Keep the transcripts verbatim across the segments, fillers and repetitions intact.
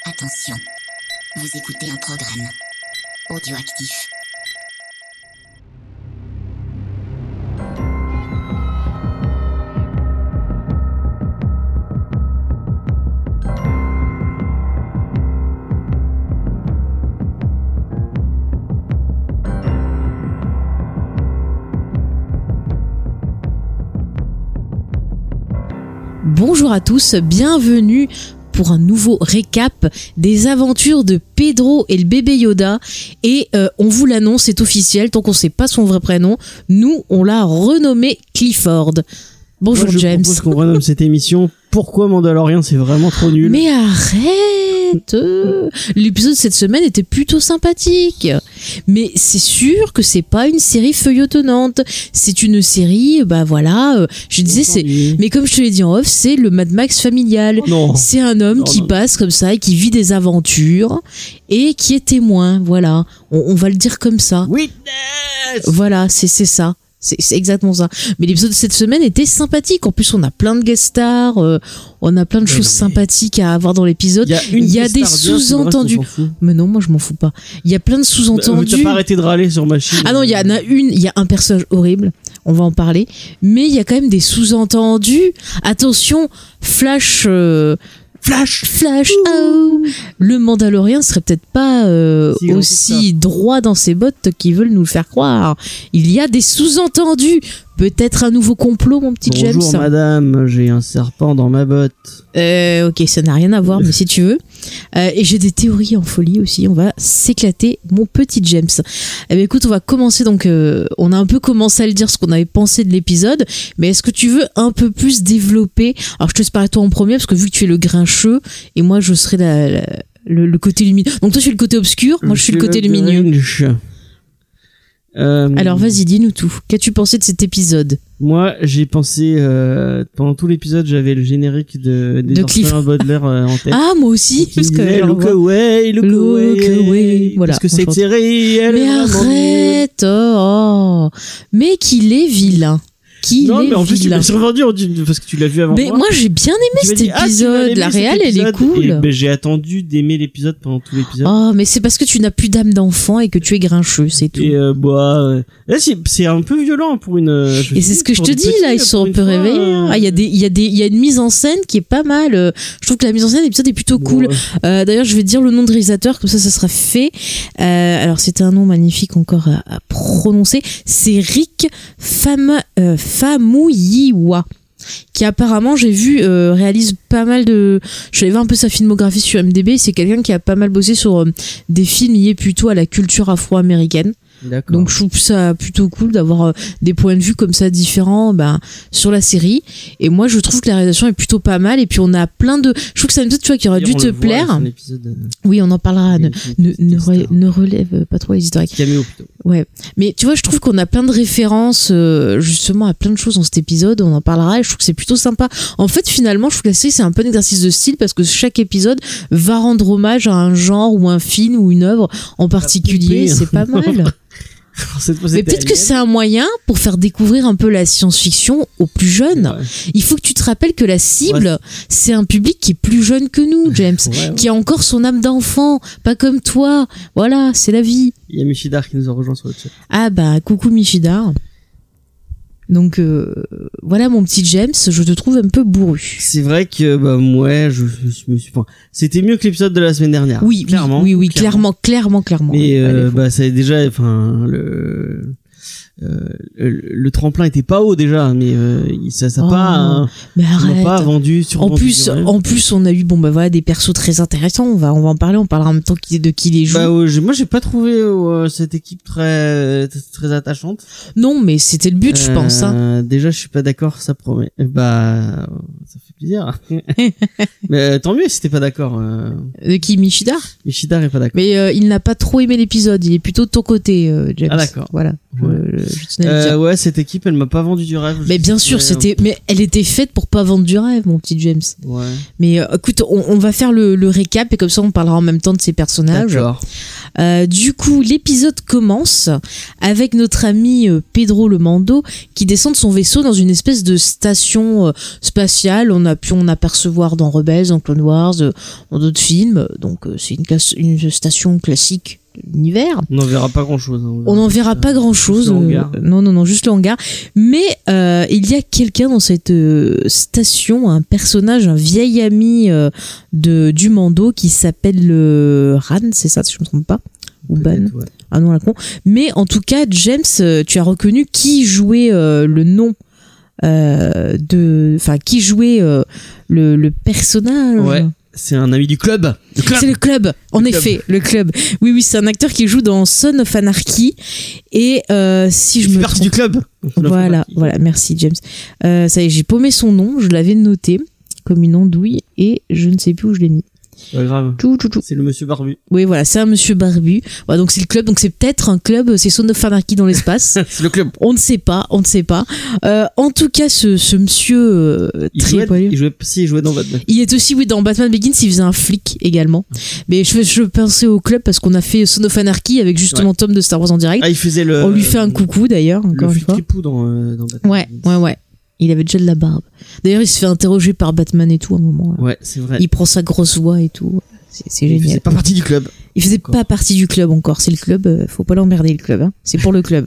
Attention, vous écoutez un programme audioactif. Bonjour à tous, bienvenue pour un nouveau récap des aventures de Pedro et le bébé Yoda. Et euh, on vous l'annonce, c'est officiel, tant qu'on ne sait pas son vrai prénom, nous on l'a renommé Clifford. Bonjour Moi, je James. propose qu'on renomme cette émission Pourquoi Mandalorian, c'est vraiment trop nul. Mais arrête. L'épisode de cette semaine était plutôt sympathique. Mais c'est sûr que c'est pas une série feuilletonnante. C'est une série, bah voilà, euh, je disais, c'est. Mais comme je te l'ai dit en off, c'est le Mad Max familial. Non. C'est un homme Non, qui non. passe comme ça et qui vit des aventures et qui est témoin. Voilà, on, on va le dire comme ça. Witness. Voilà, c'est c'est ça. C'est c'est exactement ça. Mais l'épisode de cette semaine était sympathique. En plus, on a plein de guest stars, euh, on a plein de Mais choses non, mais- sympathiques à avoir dans l'épisode. Il y a, une Il y a guest des star bien, sous-entendus. tout le reste, on s'en fout. Mais non, moi je m'en fous pas. Il y a plein de Bah, sous-entendus. T'as pas arrêté de râler sur machine. Ah non, il y en a une, il y a un personnage horrible, on va en parler, mais il y a quand même des sous-entendus. Attention, Flash, euh, Flash. Flash, oh, le Mandalorien serait peut-être pas euh, Si grand que aussi droit dans ses bottes qu'ils veulent nous le faire croire. Il y a des sous-entendus. Peut-être un nouveau complot, mon petit Bonjour James. madame, j'ai un serpent dans ma botte. Euh, ok, ça n'a rien à voir, mais si tu veux. Euh, et j'ai des théories en folie aussi. On va s'éclater, mon petit James. Eh bien, écoute, on va commencer. Donc, euh, on a un peu commencé à le dire ce qu'on avait pensé de l'épisode. Mais est-ce que tu veux un peu plus développer? Alors, je te laisse parler toi en premier parce que vu que tu es le grincheux et moi, je serai la, la- le, le côté lumineux. Donc, toi, tu es le côté obscur. Moi, je suis le côté lumineux. Grinch. Euh, Alors, vas-y, dis-nous tout. Qu'as-tu pensé de cet épisode? Moi, j'ai pensé euh, pendant tout l'épisode, j'avais le générique de des De orphelins Baudelaire euh, en tête. Ah, moi aussi. Qui Parce que disait, je look revois. away, look, Look away, away. Voilà, parce que on cette chante. série, elle Mais est vraiment nulle. arrête, oh, mais qu'il est vilain. Qu'il Non, est mais en plus, tu vilain. m'as survendu en dit- parce que tu l'as vu avant Mais moi. moi, j'ai bien aimé Tu m'as cet dit, ah, tu vas épisode. l'aimer, La cet réal, elle est épisode. cool. Et, ben, j'ai attendu d'aimer l'épisode pendant tout l'épisode. Oh, mais c'est parce que tu n'as plus d'âme d'enfant et que tu es grincheux, c'est tout. Et euh, bah, euh, là, c'est, c'est un peu violent pour une. euh, je Et me c'est dis, ce que je pour te des dis petits, là, ils pour sont un une peu fois, réveillés. euh, Ah, il y a des, il y a des, il y a une mise en scène qui est pas mal. Euh, Je trouve que la mise en scène de l'épisode est plutôt bon, cool. ouais. Euh, D'ailleurs, je vais te dire le nom de réalisateur, comme ça, ça sera fait. Euh, alors, c'était un nom magnifique encore à, à prononcer. C'est Rick Fam, euh, Famuyiwa, qui apparemment, j'ai vu, euh, réalise pas mal de... Je vais voir un peu sa filmographie sur I M D B. C'est quelqu'un qui a pas mal bossé sur euh, des films liés plutôt à la culture afro-américaine. D'accord. Donc je trouve ça plutôt cool d'avoir euh, des points de vue comme ça différents ben, sur la série. Et moi je trouve que la réalisation est plutôt pas mal. Et puis on a plein de... Je trouve que c'est un épisode, tu vois, qui aurait dû On te le voit, plaire. c'est un épisode, euh, Oui, on en parlera. Ne, une ne, petite ne, star. re- ne relève pas trop les historiques. Caméo plutôt. Ouais. Mais tu vois, je trouve qu'on a plein de références euh, justement à plein de choses dans cet épisode. On en parlera et je trouve que c'est plutôt sympa. En fait, finalement, je trouve que la série, c'est un peu un exercice de style parce que chaque épisode va rendre hommage à un genre ou un film ou une œuvre en particulier. poupée. C'est pas mal. Cette fois, Mais c'était peut-être que Alien. c'est un moyen pour faire découvrir un peu la science-fiction aux plus jeunes. Ouais. Il faut que tu te rappelles que la cible, Ouais. c'est un public qui est plus jeune que nous, James, Ouais, ouais. qui a encore son âme d'enfant, pas comme toi. Voilà, c'est la vie. Il y a Michidar qui nous a rejoint sur le chat. Ah bah, coucou Michidar. Donc euh, voilà mon petit James, je te trouve un peu bourru. C'est vrai que bah moi je, je me suis enfin, c'était mieux que l'épisode de la semaine dernière. Oui, clairement. oui, oui, oui, clairement, clairement, clairement. Mais Allez, euh, faut- bah ça déjà enfin le euh, le, le tremplin était pas haut déjà, mais euh, ça ça Oh, pas hein, mais ils m'ont arrête. pas vendu sur En plus, en plus, on a eu bon bah voilà des persos très intéressants. On va on va en parler. On parlera en même temps qui- de qui les joue. bah ouais, j'ai- moi j'ai pas trouvé euh, cette équipe très très attachante. Non, mais c'était le but, je pense. Hein. Euh, déjà je suis pas d'accord, ça promet. Bah ça fait plaisir. Mais euh, tant mieux si t'es pas d'accord. Euh, De qui, Michidar? Michidar est pas d'accord. Mais euh, il n'a pas trop aimé l'épisode. Il est plutôt de ton côté, euh, James. Ah, d'accord. Voilà. Ouais. Euh, je tenais à le Euh, dire. ouais, cette équipe, elle m'a pas vendu du rêve. Mais Je bien sais sûr, pas, c'était. Mais elle était faite pour pas vendre du rêve, mon petit James. Ouais. Mais euh, écoute, on, on va faire le, le récap et comme ça, on parlera en même temps de ces personnages. D'accord. Euh, du coup, l'épisode commence avec notre ami euh, Pedro le Mando qui descend de son vaisseau dans une espèce de station euh, spatiale. On a pu en apercevoir dans Rebels, dans Clone Wars, euh, dans d'autres films. Donc, euh, c'est une, classe, une station classique de l'univers. On n'en verra pas grand chose. Hein. On n'en verra pas grand chose. Euh, non, non, non, juste le hangar. Mais euh, il y a quelqu'un dans cette euh, station, un personnage, un vieil ami euh, de, du Mando qui s'appelle euh, Ran, c'est ça, si je ne me trompe pas. Ou Ban. Ouais. Ah non, la con. Mais en tout cas, James, euh, tu as reconnu qui jouait euh, le nom euh, de. Enfin, qui jouait euh, le, le personnage. Ouais. C'est un ami du club. Le club. C'est le club, en le effet, club. le club. Oui, oui, c'est un acteur qui joue dans Son of Anarchy. Et euh, si je Il me fait partie du club. Voilà, voilà, merci James. Euh, ça y est, j'ai paumé son nom, je l'avais noté comme une andouille et je ne sais plus où je l'ai mis. Pas grave. Tout, tout, tout. C'est le monsieur barbu. Oui, voilà, c'est un monsieur barbu. Voilà, donc c'est le club, donc c'est peut-être un club, c'est Son of Anarchy dans l'espace. C'est le club. On ne sait pas, on ne sait pas. Euh, en tout cas, ce, ce monsieur euh, il très jouait, poilu. Il jouait, si, il jouait dans Batman. Il est aussi, oui, dans Batman Begins, il faisait un flic également. Mais je, je pensais au club parce qu'on a fait Son of Anarchy avec justement ouais. Tom de Star Wars en direct. Ah, il faisait le. On lui fait un coucou d'ailleurs, encore le une fois. Le flic dans, euh, dans Batman. Ouais, ouais, ouais. Il avait déjà de la barbe. D'ailleurs, il se fait interroger par Batman et tout à un moment. Ouais, c'est vrai. Il prend sa grosse voix et tout. C'est, c'est génial. Il faisait pas partie du club. Il faisait encore. pas partie du club encore. C'est le club. Euh, faut pas l'emmerder le club. Hein. C'est pour le club.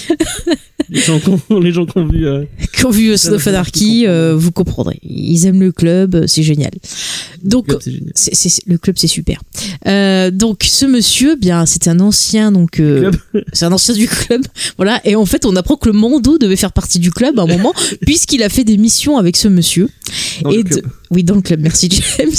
les, gens qui ont, les gens qui ont vu, euh, qui ont vu Son of Anarchy, euh, vous comprendrez. Ils aiment le club. C'est génial. Donc, le club, c'est, génial. C'est, c'est, le club, c'est super. Euh, donc, ce monsieur, bien, c'était un ancien. Donc, euh, c'est un ancien du club. Voilà. Et en fait, on apprend que le Mando devait faire partie du club à un moment, puisqu'il a fait des missions avec ce monsieur. Dans et le club. De... Oui, dans le club. Merci James.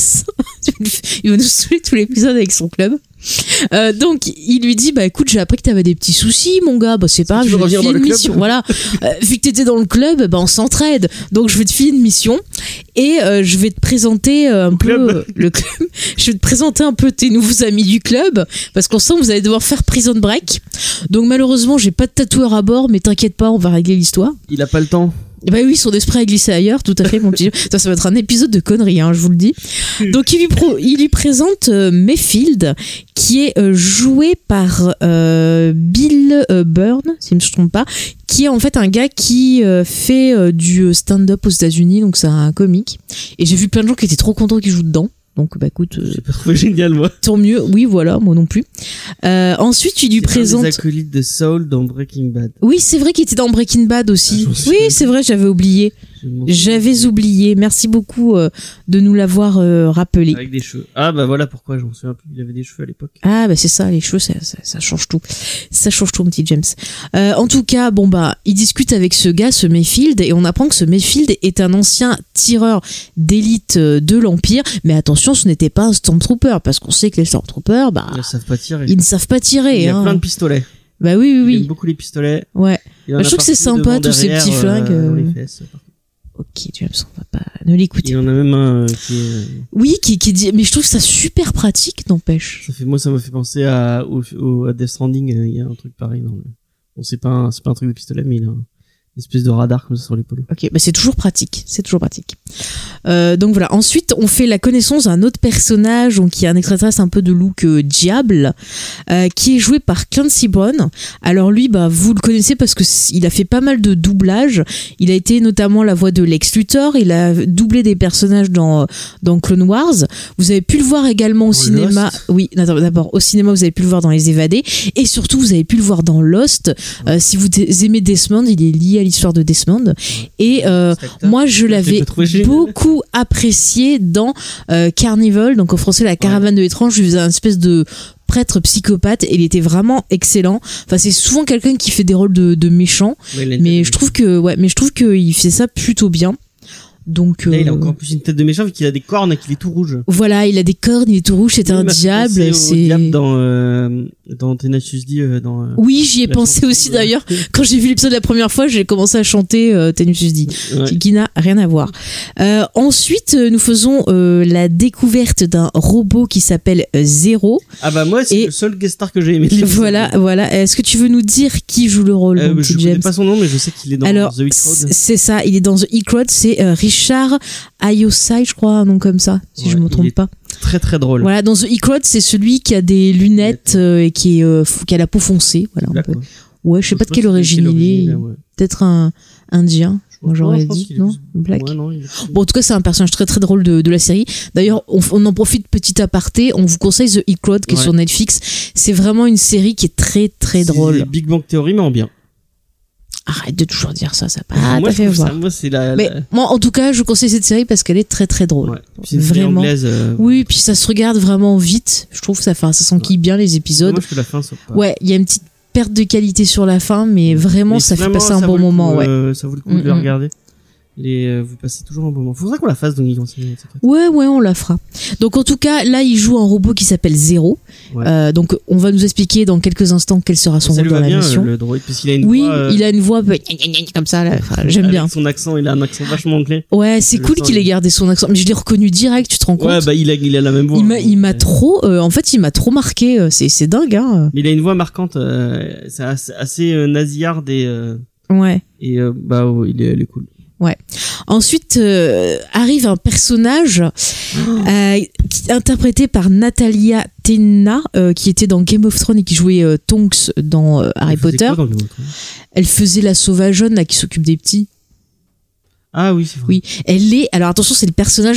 Il va nous saouler tout l'épisode avec son club. Euh, donc il lui dit bah écoute, j'ai appris que t'avais des petits soucis mon gars, bah c'est pas grave, je vais te filer une mission. Voilà, euh, vu que t'étais dans le club, bah on s'entraide. Donc je vais te filer une mission et euh, je vais te présenter euh, un au peu club. Euh, le club. Je vais te présenter un peu tes nouveaux amis du club parce qu'on sent que vous allez devoir faire prison break. Donc malheureusement j'ai pas de tatoueur à bord, mais t'inquiète pas, on va régler l'histoire. Il a pas le temps. Bah oui, son esprit a glissé ailleurs, tout à fait, mon petit. Ça, ça va être un épisode de conneries, hein, je vous le dis. Donc, il lui, pro- il lui présente euh, Mayfield, qui est euh, joué par euh, Bill euh, Byrne, si je ne me trompe pas, qui est en fait un gars qui euh, fait euh, du stand-up aux États-Unis, donc c'est un comique. Et j'ai vu plein de gens qui étaient trop contents qu'il joue dedans. Donc bah écoute, euh, j'ai pas trouvé génial moi. Tant mieux, oui voilà, moi non plus. Euh, ensuite tu lui c'est présentes. Un des acolytes de Saul dans Breaking Bad. Oui c'est vrai qu'il était dans Breaking Bad aussi. Ah, oui c'est vrai, j'avais oublié. J'avais oublié. Merci beaucoup euh, de nous l'avoir euh, rappelé. Avec des cheveux. Ah bah voilà pourquoi je m'en souviens plus. Il avait des cheveux à l'époque. Ah bah c'est ça, les cheveux ça, ça, ça change tout. Ça change tout mon petit James. Euh, en tout cas bon bah il discute avec ce gars, ce Mayfield, et on apprend que ce Mayfield est un ancien tireur d'élite de l'Empire. Mais attention, ce n'était pas un Stormtrooper parce qu'on sait que les Stormtroopers bah ils ne savent pas tirer. Ils ne savent pas tirer. Il y a hein. plein de pistolets. Bah oui oui oui. J'aime beaucoup les pistolets. Ouais. Bah, je trouve que c'est sympa tous ces petits flingues. Euh, les fesses. Ok, James, on va pas ne l'écouter. Il y en a même un euh, qui est. Oui, qui qui dit, mais je trouve ça super pratique, n'empêche. Ça fait moi, ça m'a fait penser à au, au à Death Stranding. Il y a un truc pareil dans le. Bon, c'est pas un, c'est pas un truc de pistolet, mais il a un, une espèce de radar comme ça sur l'épaule. Ok, bah c'est toujours pratique, c'est toujours pratique. Euh, donc voilà. Ensuite, on fait la connaissance d'un autre personnage, donc qui est un extraterrestre un peu de look euh, diable, euh, qui est joué par Clancy Brown. Alors lui, bah vous le connaissez parce que il a fait pas mal de doublages. Il a été notamment la voix de Lex Luthor. Il a doublé des personnages dans dans Clone Wars. Vous avez pu le voir également au oh, cinéma. Lost. Oui, d'abord au cinéma, vous avez pu le voir dans Les Évadés, et surtout vous avez pu le voir dans Lost. Euh, si vous aimez Desmond, il est lié à l'histoire de Desmond. Ouais. Et euh, moi, je l'avais beaucoup apprécié dans euh, Carnival, donc en français La Caravane ouais. de l'étrange. Je faisais un espèce de prêtre psychopathe et il était vraiment excellent. Enfin, c'est souvent quelqu'un qui fait des rôles de, de méchant, ouais, mais je trouve que ouais, mais je trouve qu'il fait ça plutôt bien. Donc, là, euh... il a encore plus une tête de méchant vu qu'il a des cornes et qu'il est tout rouge. Voilà, il a des cornes, il est tout rouge, c'est oui, un diable. C'est diable dans euh, dans Tenacious D. Euh, dans, euh, oui, j'y ai pensé aussi de... d'ailleurs. Quand j'ai vu l'épisode la première fois, j'ai commencé à chanter euh, Tenacious D, ouais. qui, qui n'a rien à voir. Euh, ensuite, nous faisons euh, la découverte d'un robot qui s'appelle euh, Zero. Ah bah moi, c'est et... le seul guest star que j'ai aimé. Voilà, voilà. Est-ce que tu veux nous dire qui joue le rôle, euh, mon Je petit connais James? pas son nom, mais je sais qu'il est dans Alors, The Hick Road. C'est ça, il est dans The Hick Road. C'est euh, Richard Ayossai, je crois, un nom comme ça, si ouais, je me trompe est pas. Très très drôle. Voilà, dans The E-Crowd, c'est celui qui a des lunettes euh, et qui, est, euh, qui a la peau foncée. Voilà, on peut... Ouais, je sais pas de quelle origine il est. Là, ouais. Peut-être un indien. Moi, j'aurais dit, non, Black. Ouais, non, est... Bon, en tout cas, c'est un personnage très très drôle de, de la série. D'ailleurs, on, on en profite petit aparté. On vous conseille The E-Crowd qui ouais. est sur Netflix. C'est vraiment une série qui est très très drôle. C'est Big Bang Theory, mais en bien. Arrête de toujours dire ça, ça pas. Moi, t'as fait voir. Ça, moi, c'est la, mais la... moi, en tout cas, je conseille cette série parce qu'elle est très très drôle. Ouais. C'est une série anglaise. Euh... Oui, puis ça se regarde vraiment vite. Je trouve que ça, ça s'enquille ouais. bien les épisodes. Moi, je fais la fin, ça pas... Ouais, il y a une petite perte de qualité sur la fin, mais vraiment, mais ça fait passer un bon moment. Coup, ouais. Euh, ça vaut le coup mm-hmm. de le regarder. Les, euh, vous passez toujours un bon moment. Faudrait qu'on la fasse, donc il Ouais, ouais, on la fera. Donc en tout cas, là, il joue un robot qui s'appelle Zero. Ouais. Euh, donc on va nous expliquer dans quelques instants quel sera son rôle dans la bien, mission. Le droïde, parce qu'il a une oui, voix, euh... il a une voix comme ça. Là. Enfin, j'aime Avec bien. Son accent, il a un accent vachement anglais. Ouais, c'est cool qu'il ait gardé son accent. Mais je l'ai reconnu direct, tu te rends compte? Ouais, bah il a, il a la même voix. Il m'a, il m'a trop. Euh, en fait, il m'a trop marqué. C'est, c'est dingue. Hein. Mais il a une voix marquante. Euh, c'est assez, assez euh, nasillarde et. Euh, ouais. Et euh, bah oh, il est, il est cool. Ouais. Ensuite euh, arrive un personnage euh, qui, interprété par Natalia Tena, euh, qui était dans Game of Thrones et qui jouait euh, Tonks dans euh, Harry Potter. Quoi dans Game of Thrones ? Elle faisait la sauvageonne là qui s'occupe des petits. Ah oui, c'est vrai. Oui, elle est. Alors attention, c'est le personnage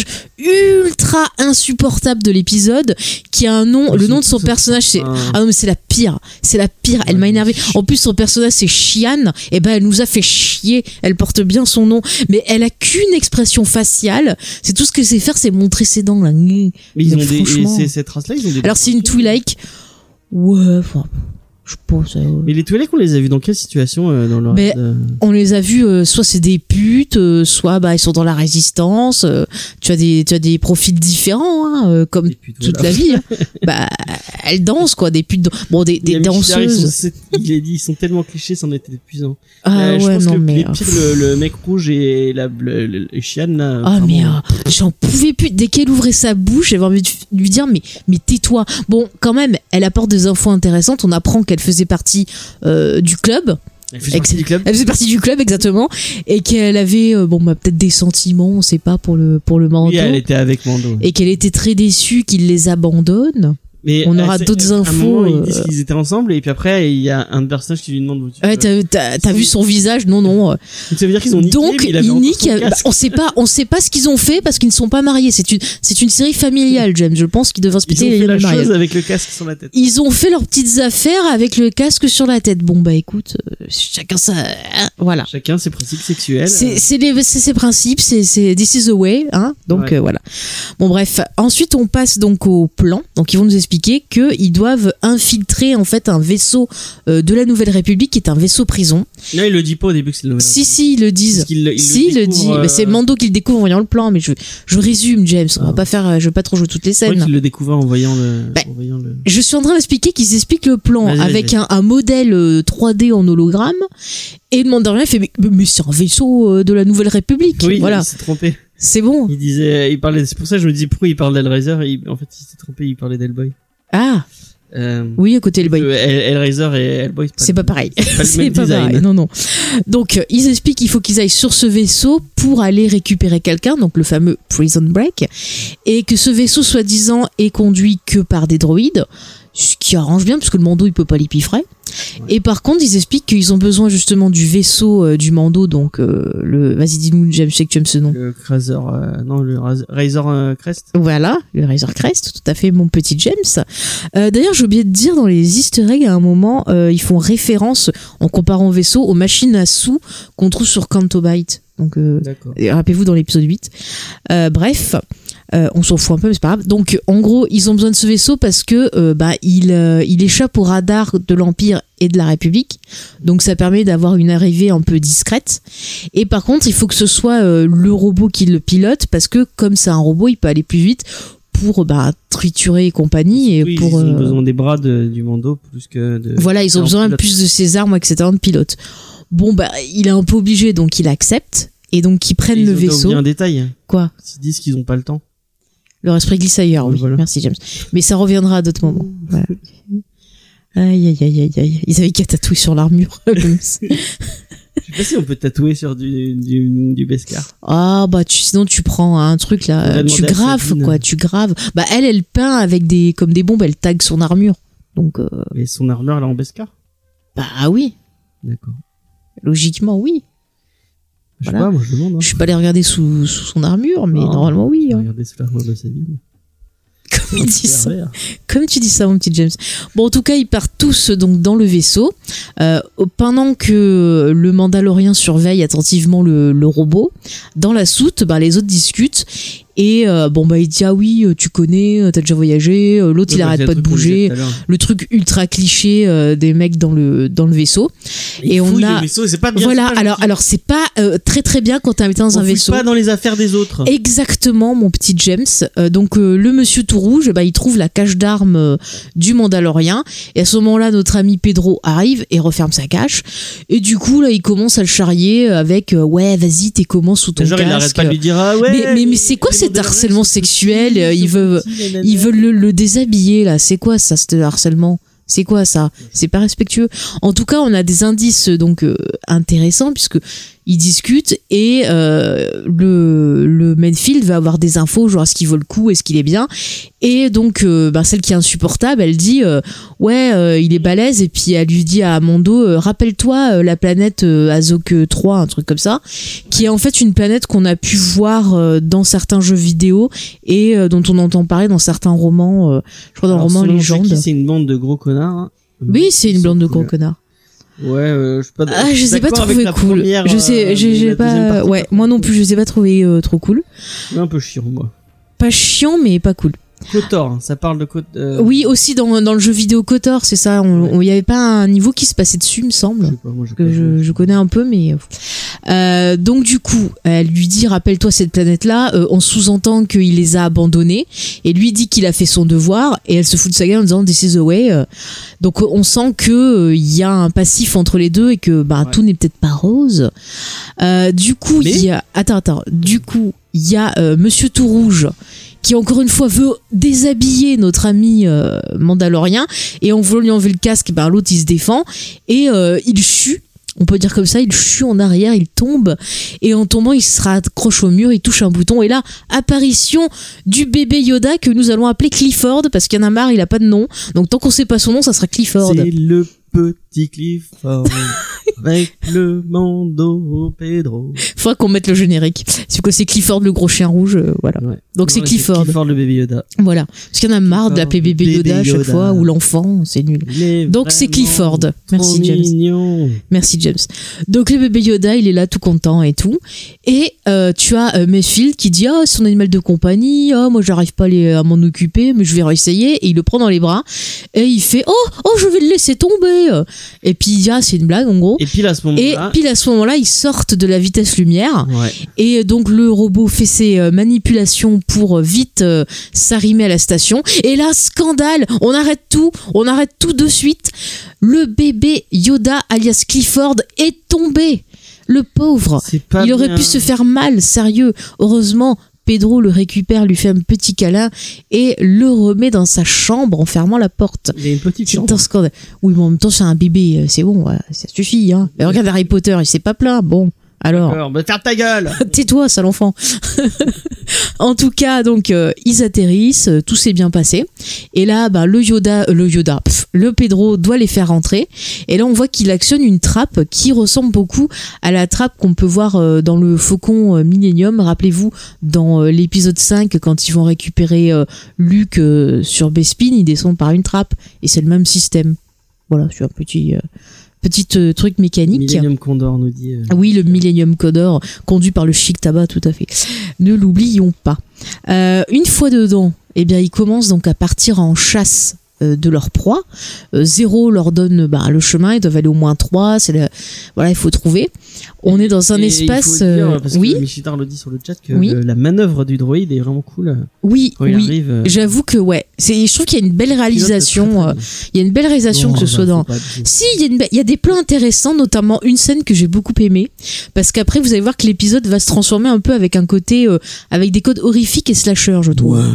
ultra insupportable de l'épisode qui a un nom. Mais le nom de son personnage, c'est. Ah. ah non, mais c'est la pire. C'est la pire. Elle ouais, m'a énervée. En plus, son personnage, c'est Chian. Et ben, elle nous a fait chier. Elle porte bien son nom. Mais elle a qu'une expression faciale. C'est tout ce qu'elle sait faire, c'est montrer ses dents, là. Mais ils ont franchement... des. Et cette race-là, ils ont des. Alors, c'est une Twi'lek. Ouais, enfin. Je pense. Euh... Mais les Twi'lek, on les a vus dans quelle situation euh, dans leur ben, euh... On les a vus, euh, soit c'est des putes, euh, soit bah ils sont dans la résistance. Euh, tu as des, tu as des profils différents, hein, euh, comme putes, toute voilà. la vie. Hein. Bah, elles dansent quoi, des putes. Bon, des, des danseuses. Ils sont, il est dit, ils sont tellement clichés, c'en était épuisant. Ah euh, je ouais, pense non que mais. Les pires, le, le mec rouge et la, le, le, le Chian là. Ah mais euh, j'en pouvais plus. Dès qu'elle ouvrait sa bouche, j'avais envie de lui dire mais, mais tais-toi. Bon, quand même, elle apporte des infos intéressantes. On apprend qu'elle faisait partie euh, du club. Elle faisait partie du club. Elle faisait partie du club exactement, et qu'elle avait euh, bon bah peut-être des sentiments, on sait pas pour le pour le Mando. Oui, elle était avec Mando. Et qu'elle était très déçue qu'il les abandonne. Mais on aura d'autres à infos. Un moment, euh... ils disent qu'ils étaient ensemble et puis après il y a un personnage qui lui demande où tu ouais, t'as, t'as, t'as vu son visage? Non, non. Donc ça veut dire qu'ils ont niqué. Donc mais il avait ils niquent. Bah, on sait pas, on sait pas ce qu'ils ont fait parce qu'ils ne sont pas mariés. C'est une, c'est une série familiale, James. Je pense qu'ils devraient se péter les mariages. Ils ont fait la chose avec le casque sur la tête. Ils ont fait leurs petites affaires avec le casque sur la tête. Bon bah écoute, euh, chacun ça, hein, voilà. Chacun ses principes sexuels. C'est, c'est les, c'est ses principes, c'est, c'est this is the way, hein. Donc ouais. euh, voilà. Bon bref. Ensuite on passe donc au plan. Donc ils vont nous expliquer que ils doivent infiltrer en fait un vaisseau euh, de la Nouvelle République qui est un vaisseau prison. Non, il le dit pas au début que c'est le Nouvelle Si si, ils le disent. Il, il si, il le dit. Euh... Mais c'est Mando qui le découvre en voyant le plan. Mais je, je résume, James. On ah. va pas faire, je vais pas trop jouer toutes les scènes. Ouais, il le découvre en voyant le, bah, en voyant le. Je suis en train d'expliquer qu'ils expliquent le plan vas-y, avec vas-y. Un, un modèle trois D en hologramme. Et le Mandalorian fait mais, mais c'est un vaisseau de la Nouvelle République. Oui, voilà. Il s'est trompé. C'est bon. Il disait, il parlait. C'est pour ça que je me dis pourquoi il parle d'Hellraiser. Il, en fait, il s'est trompé. Il parlait d'Hellboy. Ah. Euh, oui, à côté Hellboy. Hellraiser et Hellboy, c'est pas, c'est pas pareil. C'est pas, c'est pas pareil. Non, non. Donc, ils expliquent qu'il faut qu'ils aillent sur ce vaisseau pour aller récupérer quelqu'un, donc le fameux Prison Break, et que ce vaisseau, soi-disant, est conduit que par des droïdes, ce qui arrange bien, parce que le Mando, il peut pas les piffrer. Ouais. Et par contre, ils expliquent qu'ils ont besoin justement du vaisseau euh, du Mando, donc euh, le. Vas-y, dis-nous, James, je sais que tu aimes ce nom. Le Razor, euh, non, le Razor euh, Crest. Voilà, le Razor Crest, tout à fait, mon petit James. Euh, d'ailleurs, j'ai oublié de dire dans les Easter eggs, à un moment, euh, ils font référence, en comparant au vaisseau, aux machines à sous qu'on trouve sur Canto Bight. Donc, euh, rappelez-vous dans l'épisode huit. Euh, bref. Euh, on s'en fout un peu mais c'est pas grave. Donc en gros ils ont besoin de ce vaisseau parce que euh, bah il euh, il échappe au radar de l'Empire et de la République, donc ça permet d'avoir une arrivée un peu discrète. Et par contre il faut que ce soit euh, le robot qui le pilote parce que comme c'est un robot il peut aller plus vite pour bah triturer et compagnie et oui, pour ils ont euh... besoin des bras de, du Mando plus que de voilà ils ont besoin pilote. Plus de ses armes etc de pilote. Bon bah il est un peu obligé donc il accepte et donc ils prennent et le ils vaisseau. Ils ont un détail. Quoi? Ils disent qu'ils ont pas le temps. Leur esprit glisse ailleurs, oui. Voilà. Merci, James. Mais ça reviendra à d'autres moments. Voilà. Aïe, aïe, aïe, aïe, aïe. Ils avaient qu'à tatouer sur l'armure. Je sais pas si on peut tatouer sur du, du, du Beskar. Ah, bah, tu, sinon tu prends un truc là, tu graves, quoi, tu graves. Bah, elle, elle peint avec des, comme des bombes, elle tag son armure. Donc, euh... Et son armure, elle est en Beskar? Bah, oui. D'accord. Logiquement, oui. Je sais Voilà. pas, moi je demande. Hein. Je suis pas allé regarder sous, sous son armure, mais non, normalement, oui. Hein. Regarder sous l'armure de Sabine. Comme il dit ça. Comme tu dis ça, mon petit James. Bon, en tout cas, ils partent tous donc dans le vaisseau. Euh, pendant que le Mandalorien surveille attentivement le, le robot, dans la soute, bah, les autres discutent. Et euh, bon bah il dit ah oui tu connais, t'as déjà voyagé. L'autre ouais, il bah, arrête pas de bouger. Le truc ultra cliché euh, des mecs dans le dans le vaisseau. Il et on a le vaisseau, c'est pas bien. Voilà pas alors alors c'est pas euh, très très bien quand t'es invité dans on un vaisseau. Pas dans les affaires des autres. Exactement mon petit James. Euh, donc euh, le monsieur tout rouge bah il trouve la cache d'armes euh, du Mandalorien et à ce moment-là notre ami Pedro arrive et referme sa cache et du coup là il commence à le charrier avec euh, ouais vas-y t'es comment sous ton genre, casque. Il arrête pas de lui dire ah ouais. Mais mais, mais c'est quoi cet harcèlement sexuel? Ils veulent ils veulent le, le déshabiller là. C'est quoi ça, ce harcèlement? C'est quoi ça? C'est pas respectueux. En tout cas, on a des indices donc euh, intéressants puisque ils discutent et euh, le le Mayfield va avoir des infos genre est-ce qu'il vaut le coup, est-ce qu'il est bien et donc euh, bah, celle qui est insupportable elle dit euh, ouais euh, il est balèze et puis elle lui dit à Mando euh, rappelle-toi euh, la planète euh, Azok trois un truc comme ça qui est en fait une planète qu'on a pu voir euh, dans certains jeux vidéo et euh, dont on entend parler dans certains romans euh, je crois dans Alors, le roman Légende. C'est une bande de gros connards. Hein. Oui, c'est une bande de gros connards. Ouais, euh, je sais pas. Ah, je sais pas trouvé cool. Première, je sais, euh, j'ai, j'ai pas. Ouais, moi non plus, je les ai pas trouvé euh, trop cool. Un peu chiant, moi. Pas chiant, mais pas cool. KOTOR, ça parle de KOTOR. Euh... Oui, aussi dans dans le jeu vidéo KOTOR, c'est ça. Il ouais. y avait pas un niveau qui se passait dessus, me semble. Je sais pas, moi, je que je, je connais un peu, mais euh, donc du coup, elle lui dit rappelle-toi cette planète-là. Euh, on sous-entend qu'il les a abandonnés et lui dit qu'il a fait son devoir et elle se fout de sa gueule en disant this is the way. Donc on sent que il euh, y a un passif entre les deux et que bah ouais. tout n'est peut-être pas rose. Euh, du coup, il mais... y a attends attends. Du coup, il y a euh, Monsieur Tout Rouge qui encore une fois veut déshabiller notre ami euh, Mandalorien et en voulant lui enlever le casque, ben l'autre il se défend et euh, il chue. On peut dire comme ça, il chue en arrière, il tombe et en tombant il se raccroche au mur, il touche un bouton et là apparition du bébé Yoda que nous allons appeler Clifford parce qu'il y en a marre, il a pas de nom. Donc tant qu'on sait pas son nom, ça sera Clifford. C'est le petit Clifford avec le Mando Pedro. Faudra qu'on mette le générique. C'est quoi, c'est Clifford le gros chien rouge, euh, voilà. Ouais. Donc non, c'est Clifford. C'est Clifford le bébé Yoda. Voilà. Parce qu'il y en a marre de l'appeler bébé Yoda à chaque Yoda. fois ou l'enfant, c'est nul. Donc c'est Clifford. Merci James. Mignon. Merci James. Donc le bébé Yoda, il est là tout content et tout. Et euh, tu as euh, Mayfield qui dit ah oh, son animal de compagnie, ah oh, moi j'arrive pas à, les, à m'en occuper, mais je vais réessayer. Et il le prend dans les bras et il fait oh oh je vais le laisser tomber. Et puis ah c'est une blague en gros. Et puis à ce moment-là, et puis à ce moment-là, ils sortent de la vitesse lumière. Ouais. Et donc le robot fait ses euh, manipulations pour euh, vite euh, s'arrimer à la station. Et là, scandale, on arrête tout, on arrête tout de suite. Le bébé Yoda, alias Clifford, est tombé. Le pauvre, il aurait bien. pu se faire mal, sérieux. Heureusement, Pedro le récupère, lui fait un petit câlin et le remet dans sa chambre en fermant la porte. Il y a une petite c'est chambre. Un scandale. Oui, mais en même temps, c'est un bébé, c'est bon, ouais, ça suffit. Hein. Mais regarde Harry Potter, il s'est pas plaint. Bon. Alors, D'accord, bah ferme ta gueule. Tais-toi, sale enfant. En tout cas, donc euh, ils atterrissent, euh, tout s'est bien passé. Et là, bah le Yoda, euh, le Yoda, pff, le Pedro doit les faire rentrer. Et là, on voit qu'il actionne une trappe qui ressemble beaucoup à la trappe qu'on peut voir euh, dans le Faucon euh, Millennium. Rappelez-vous, dans euh, l'épisode cinq, quand ils vont récupérer euh, Luke euh, sur Bespin, ils descendent par une trappe. Et c'est le même système. Voilà, c'est un petit. Euh, Petit euh, truc mécanique. Millennium Condor nous dit. Euh, oui, le Millennium Condor, conduit par le Chic Tabac, tout à fait. Ne l'oublions pas. Euh, une fois dedans, eh bien, ils commencent donc à partir en chasse euh, de leur proie. Euh, Zéro leur donne bah, le chemin, ils doivent aller au moins trois. C'est le... Voilà, il faut trouver. On est dans un et espace. Il faut dire, parce oui. que Michitar le dit sur le chat que oui. le, la manœuvre du droïde est vraiment cool. Oui, quand il oui. arrive, euh... J'avoue que ouais. C'est, je trouve qu'il y a une belle réalisation. Euh, il y a une belle réalisation non, que ce soit dans. Si, il y a une, il y a des plans intéressants, notamment une scène que j'ai beaucoup aimée, parce qu'après vous allez voir que l'épisode va se transformer un peu avec un côté, euh, avec des codes horrifiques et slasher, je trouve. Ouais.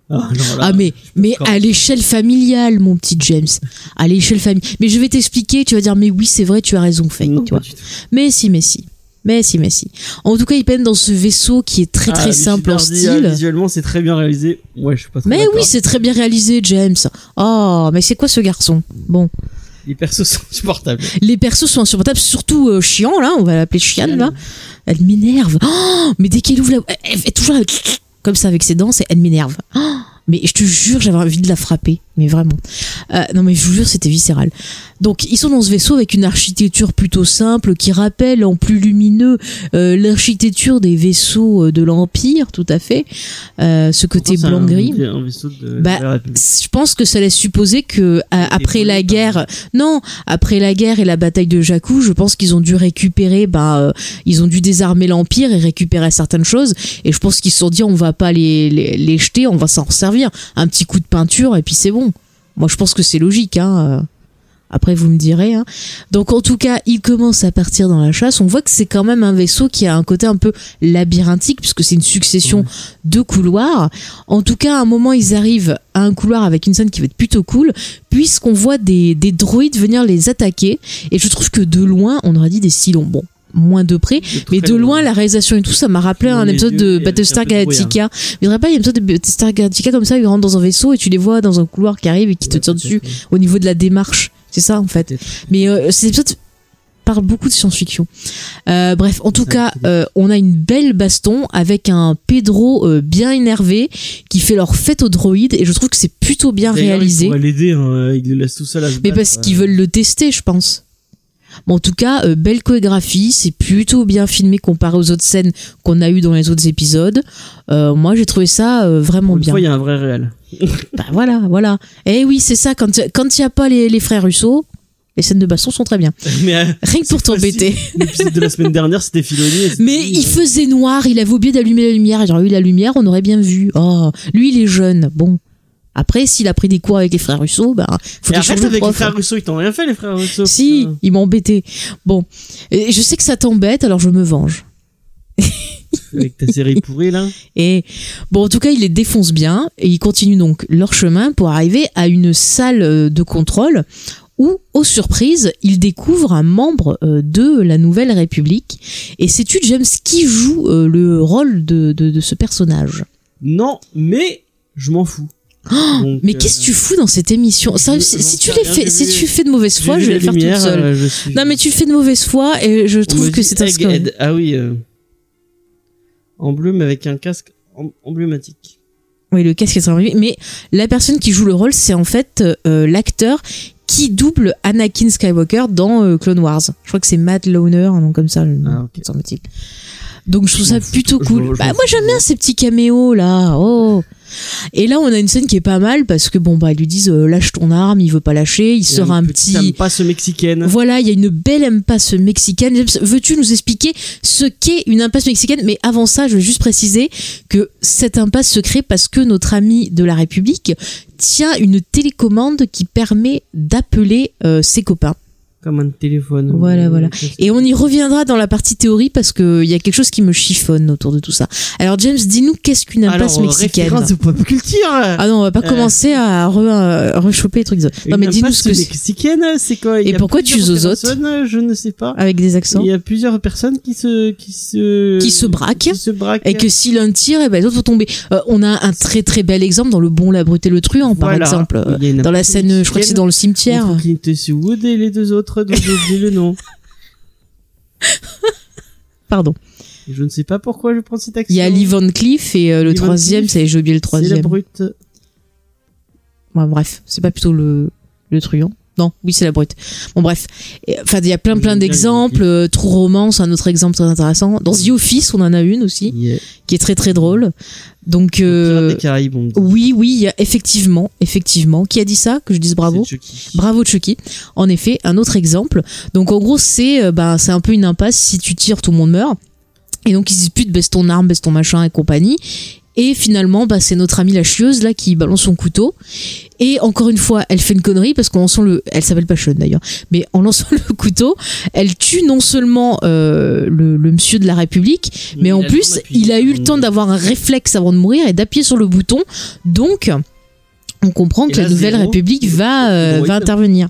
Ah, non, là, Ah mais mais à l'échelle familiale, mon petit James, à l'échelle familiale. Mais je vais t'expliquer, tu vas dire mais oui c'est vrai, tu as raison, Faye, non, tu vois. pas du tout. Mais si, mais si. Mais si, mais si. En tout cas, ils peinent dans ce vaisseau qui est très très Ah, simple en Michel Dardy, style. ah, visuellement, c'est très bien réalisé. Ouais, je suis pas trop Mais d'accord. oui, c'est très bien réalisé, James. Oh, mais c'est quoi ce garçon? Bon, Les persos sont supportables. les persos sont insupportables, surtout euh, Chiant, là, on va l'appeler Chiane, là. Elle m'énerve. Oh, mais dès qu'elle ouvre la... Elle fait toujours comme ça avec ses dents, et elle m'énerve. Oh, mais je te jure, j'avais envie de la frapper. Mais vraiment. Euh, non, mais je vous jure, c'était viscéral. Donc, ils sont dans ce vaisseau avec une architecture plutôt simple qui rappelle en plus lumineux euh, l'architecture des vaisseaux de l'Empire, tout à fait. Euh, ce côté blanc-gris. C'est un, un vaisseau de Bah, la République. je pense que ça laisse supposer que à- après la guerre, non, après la guerre et la bataille de Jakku, je pense qu'ils ont dû récupérer, bah, euh, ils ont dû désarmer l'Empire et récupérer certaines choses. Et je pense qu'ils se sont dit, on va pas les, les, les jeter, on va s'en servir. Un petit coup de peinture et puis c'est bon. Moi, je pense que c'est logique, hein. Après, vous me direz, hein. Donc, en tout cas, ils commencent à partir dans la chasse. On voit que c'est quand même un vaisseau qui a un côté un peu labyrinthique, puisque c'est une succession Ouais. de couloirs. En tout cas, à un moment, ils arrivent à un couloir avec une scène qui va être plutôt cool, puisqu'on voit des, des droïdes venir les attaquer. Et je trouve que de loin, on aurait dit des Cylons. Bon, moins de près, mais de loin, la réalisation et tout, ça m'a rappelé Dans un les épisode yeux de et Battlestar avec un peu de Galactica. Il n'y aurait pas un épisode de Battlestar Galactica comme ça, ils rentrent dans un vaisseau et tu les vois dans un couloir qui arrive et qui te Ouais, tire peut-être, dessus ouais. au niveau de la démarche. C'est ça, en fait. Peut-être. Mais euh, ces épisodes parlent beaucoup de science-fiction. Euh, bref, en tout Ça, cas, c'est bien. euh, on a une belle baston avec un Pedro euh, bien énervé qui fait leur fête aux droïdes et je trouve que c'est plutôt bien D'ailleurs, réalisé. Il pourrait l'aider, hein. Il le laisse tout seul à se Mais battre, parce qu'ils ouais. veulent le tester, je pense. Bon, en tout cas, euh, belle chorégraphie, c'est plutôt bien filmé comparé aux autres scènes qu'on a eues dans les autres épisodes. Euh, moi, j'ai trouvé ça euh, vraiment Pour une bien. fois, il y a un vrai réel. Bah voilà, voilà. Et oui, c'est ça, quand quand il n'y a pas les, les frères Russo, les scènes de baston sont très bien. Mais euh, Rien que pour cette fois-ci, t'embêter. L'épisode de la semaine dernière, c'était Filoni. et c'était Mais lui, il euh, faisait noir, il avait oublié d'allumer la lumière. Il aurait eu la lumière, on aurait bien vu. Oh, lui, il est jeune. Bon. Après, s'il a pris des cours avec les frères Russo, bah, faut Et qu'il arrête change de avec les prof. frères Russo, ils t'ont rien fait, les frères Russo. Si, putain. il m'a embêté. Bon, et je sais que ça t'embête, alors je me venge. Avec ta série pourrie, là. Et bon, en tout cas, il les défonce bien et ils continuent donc leur chemin pour arriver à une salle euh, de contrôle où, aux surprises, ils découvrent un membre euh, de la Nouvelle République. Et sais-tu, James, qui joue euh, le rôle de, de, de ce personnage? Non, mais je m'en fous. Donc, Mais euh, qu'est-ce que tu fous dans cette émission? Ça, je- si, j'en si tu sais les rien, fais, j'ai si vu- tu fais de mauvaise j'ai foi, vu je vais la le faire toute lumière, seule. euh, je suis- Non, mais tu fais de mauvaise foi et je On trouve me que dit c'est un scandale. Egghead. Ah oui. Euh... En bleu, mais avec un casque em- emblématique. Oui, le casque est très bien. Mais la personne qui joue le rôle, c'est en fait euh, l'acteur qui double Anakin Skywalker dans euh, Clone Wars. Je crois que c'est Matt Launer, un nom comme ça, le nom, Ah, ok. semble-t-il. Donc je trouve Je ça m'en fous, plutôt je cool. m'en- je Bah, m'en moi fous. j'aime bien ces petits caméos là. Oh. Et là on a une scène qui est pas mal parce que bon bah ils lui disent euh, lâche ton arme, il veut pas lâcher, il sort un petit. Pas ce mexicaine. Voilà, il y a une belle impasse mexicaine. James, veux-tu nous expliquer ce qu'est une impasse mexicaine? Mais avant ça, je veux juste préciser que cette impasse se crée parce que notre ami de la République tient une télécommande qui permet d'appeler euh, ses copains. Comme un téléphone. Voilà, Euh, voilà. qu'est-ce que- Et on y reviendra dans la partie théorie parce qu'il y a quelque chose qui me chiffonne autour de tout ça. Alors James, dis-nous qu'est-ce qu'une impasse Alors, mexicaine? référence de pop culture. Ah non, on va pas Euh. commencer à re- euh, rechoper les trucs. Non Une mais dis-nous impasse ce que c'est. mexicaine, c'est quoi? Il Et y a pourquoi tu plusieurs zozotes personnes, Je ne sais pas. Avec des accents. Il y a plusieurs personnes qui se, qui se, Qui se braquent. qui se braquent. Et que si l'un tire, eh ben, les autres vont tomber. Euh, on a un très très bel exemple dans Le Bon, la brute et le truand, par Voilà. exemple. Euh, Il y a une Dans la impasse scène, je crois que c'est dans le cimetière. Entre Clint Eastwood et les deux autres dont j'ai oublié le nom. Pardon. Et je ne sais pas pourquoi je prends cette action. Il y a Lee Van Cleef et euh, le Lee Van troisième, Cleef, c'est j'ai oublié le C'est la troisième. brute. Ouais, bref, c'est pas plutôt le, le truand. Non, oui, c'est la brute. Bon, bref. Et, Enfin, il y a plein, J'aime plein bien d'exemples. Lee Van Euh, True Romance, un autre exemple très intéressant. Dans The Office, on en a une aussi, Yeah. qui est très, très drôle. Donc, euh, Pirates des Caraïbes, on me dit. oui, oui, il y a effectivement, effectivement. Qui a dit ça? Que je dise bravo? C'est Chucky. Bravo Chucky. En effet, un autre exemple. Donc, en gros, c'est, euh, bah, c'est un peu une impasse. Si tu tires, tout le monde meurt. Et donc, ils se disputent, baisse ton arme, baisse ton machin et compagnie. Et finalement, bah, c'est notre amie la chieuse là qui balance son couteau. Et encore une fois, elle fait une connerie parce qu'en lançant le, elle s'appelle pas Sean d'ailleurs, mais en lançant le couteau, elle tue non seulement euh, le, le monsieur de la République, mais, mais en plus, il a eu le temps d'avoir un réflexe avant de mourir et d'appuyer sur le bouton. Donc, on comprend que là, la Nouvelle zéro, République va euh, va intervenir.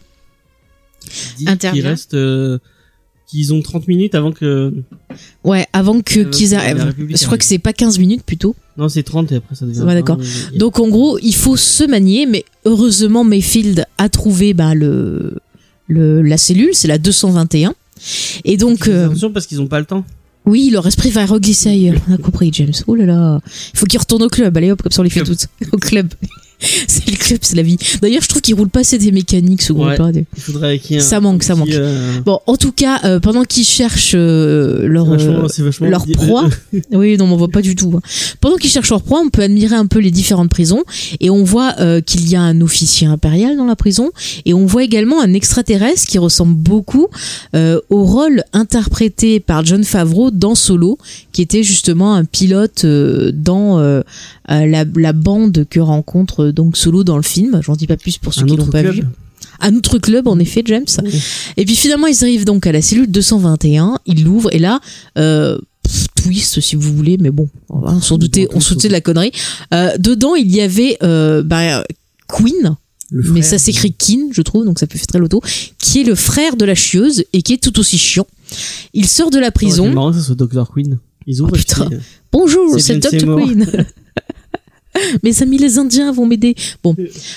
Il dit qu'il reste. Euh... qu'ils ont trente minutes avant que... Ouais, avant que euh, qu'ils arrivent. Je crois que c'est pas quinze minutes plutôt. Non, c'est trente et après ça devient... Ouais, d'accord. Mais... Donc en gros, il faut se manier, mais heureusement Mayfield a trouvé bah, le, le, la cellule, c'est la deux cent vingt et un. Et donc... Euh... Attention parce qu'ils ont pas le temps. Oui, leur esprit va reglisser ailleurs. On a compris, James. Oh là là. Il faut qu'ils retournent au club. Allez hop, comme ça on les fait toutes. Au club. C'est le club, c'est la vie. D'ailleurs, je trouve qu'ils roulent pas assez des mécaniques, ce groupe. Ouais, il faudrait qu'il y ait un, ça manque, ça manque. Euh... Bon, en tout cas, euh, pendant qu'ils cherchent euh, leur vachement, euh, leur proie, oui, non, on voit pas du tout. Hein. Pendant qu'ils cherchent leur proie, on peut admirer un peu les différentes prisons et on voit euh, qu'il y a un officier impérial dans la prison et on voit également un extraterrestre qui ressemble beaucoup euh, au rôle interprété par Jon Favreau dans Solo, qui était justement un pilote euh, dans euh, la, la bande que rencontre donc Solo dans le film. J'en dis pas plus pour ceux un qui l'ont pas club. vu. Un autre club, en effet, James. Oui. Et puis finalement, ils arrivent donc à la cellule deux cent vingt et un. Ils l'ouvrent et là, euh, pff, twist si vous voulez, mais bon, on s'en doutait, on se doutait de la connerie. Euh, dedans, il y avait euh, bah, Queen. Mais ça s'écrit Kin, je trouve, donc ça peut faire très loto, qui est le frère de la chieuse et qui est tout aussi chiant. Il sort de la prison. C'est marrant que ça soit docteur Queen. Ils ouvrent. Oh, putain. Puis, bonjour, c'est, c'est docteur Queen. Mes amis les Indiens vont m'aider. Bon.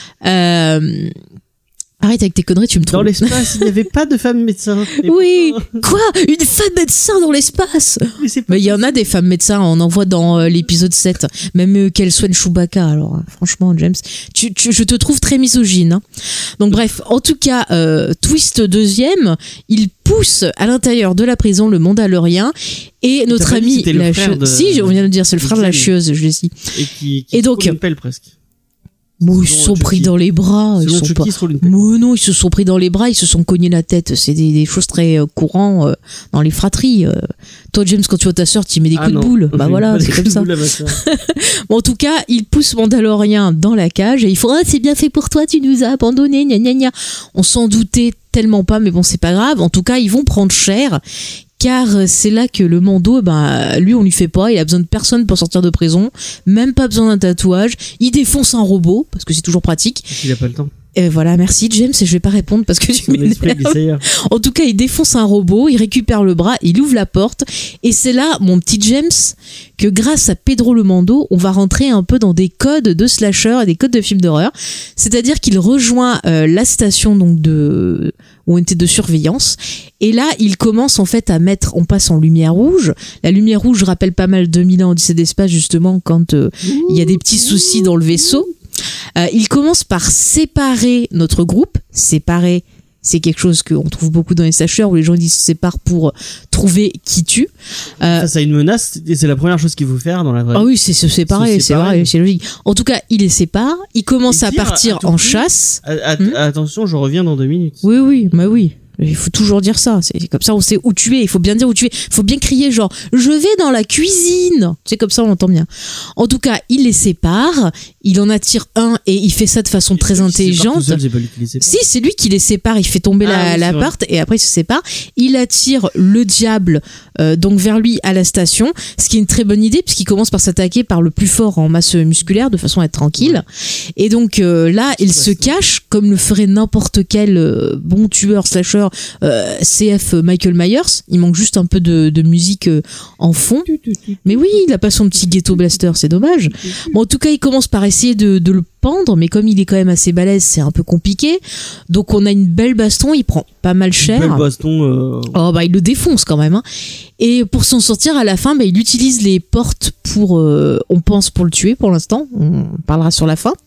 Euh... Arrête avec tes conneries, tu me trouves. Dans l'espace, il n'y avait pas de femmes médecins. Oui. Quoi? Une femme médecin dans l'espace? Mais c'est pas. Mais il y en a des femmes médecins, on en voit dans euh, l'épisode sept. Même euh, qu'elles soignent Chewbacca. Alors, euh, franchement, James, tu, tu, je te trouve très misogyne. Hein. Donc, bref, en tout cas, euh, twist deuxième, il pousse à l'intérieur de la prison le Mandalorien et notre ami la chieuse. De... Si, on vient de dire, c'est le frère de la chieuse, je l'ai dit. Et qui, qui et donc, une pelle presque. Bon, ils se sont pris dans les bras. Ils sont pas... oh, non, ils se sont pris dans les bras, ils se sont cognés la tête. C'est des, des choses très euh, courantes euh, dans les fratries. Euh. Toi, James, quand tu vois ta sœur, tu mets des coups ah de boule. Bah voilà, c'est comme ça. Bon, en tout cas, il pousse Mandalorien dans la cage et il faut ah, c'est bien fait pour toi, tu nous as abandonnés, gna gna gna. On s'en doutait tellement pas, mais bon, c'est pas grave. En tout cas, ils vont prendre cher. Car c'est là que le Mando, ben, lui, on lui fait pas. Il a besoin de personne pour sortir de prison. Même pas besoin d'un tatouage. Il défonce un robot, parce que c'est toujours pratique. Il a pas le temps. Et voilà, merci James, et je vais pas répondre parce que tu m'énerves. En tout cas, il défonce un robot, il récupère le bras, il ouvre la porte. Et c'est là, mon petit James, que grâce à Pedro le Mando, on va rentrer un peu dans des codes de slasher et des codes de films d'horreur. C'est-à-dire qu'il rejoint euh, la station donc de... où on était de surveillance. Et là, il commence en fait à mettre, on passe en lumière rouge. La lumière rouge rappelle pas mal deux mille ans Odyssée d'espace, justement, quand euh, il y a des petits soucis dans le vaisseau. Euh, il commence par séparer notre groupe. Séparer, c'est quelque chose qu'on trouve beaucoup dans les slashers où les gens disent se séparent pour trouver qui tue. Euh, Face à une menace, c'est la première chose qu'il faut faire dans la vraie vie. Ah oui, c'est se séparer, se séparer. c'est vrai, c'est logique. En tout cas, il les sépare. Il commence à partir à en plus, chasse. À, à, hum attention, je reviens dans deux minutes. Oui, oui, bah oui. Il faut toujours dire ça. C'est comme ça, on sait où tu es. Il faut bien dire où tu es. Il faut bien crier genre, je vais dans la cuisine. C'est comme ça, on entend bien. En tout cas, il les sépare. Il en attire un et il fait ça de façon très intelligente. Seul, j'ai pas lui qui les sépare. Si, c'est lui qui les sépare. Il fait tomber ah, la, oui, l'appart et après il se sépare. Il attire le diable euh, donc vers lui à la station, ce qui est une très bonne idée puisqu'il commence par s'attaquer par le plus fort en masse musculaire de façon à être tranquille. Ouais. Et donc euh, là, il se cache comme le ferait n'importe quel euh, bon tueur slasher euh, C F Michael Myers. Il manque juste un peu de, de musique euh, en fond. Mais oui, il a pas son petit ghetto blaster, c'est dommage. Bon, en tout cas, il commence par essayer de, de le pendre, mais comme il est quand même assez balèze, c'est un peu compliqué. Donc on a une belle baston, il prend pas mal cher. Une belle baston. Euh... Oh bah il le défonce quand même. Hein. Et pour s'en sortir à la fin, bah, il utilise les portes pour, euh, on pense pour le tuer pour l'instant. On parlera sur la fin.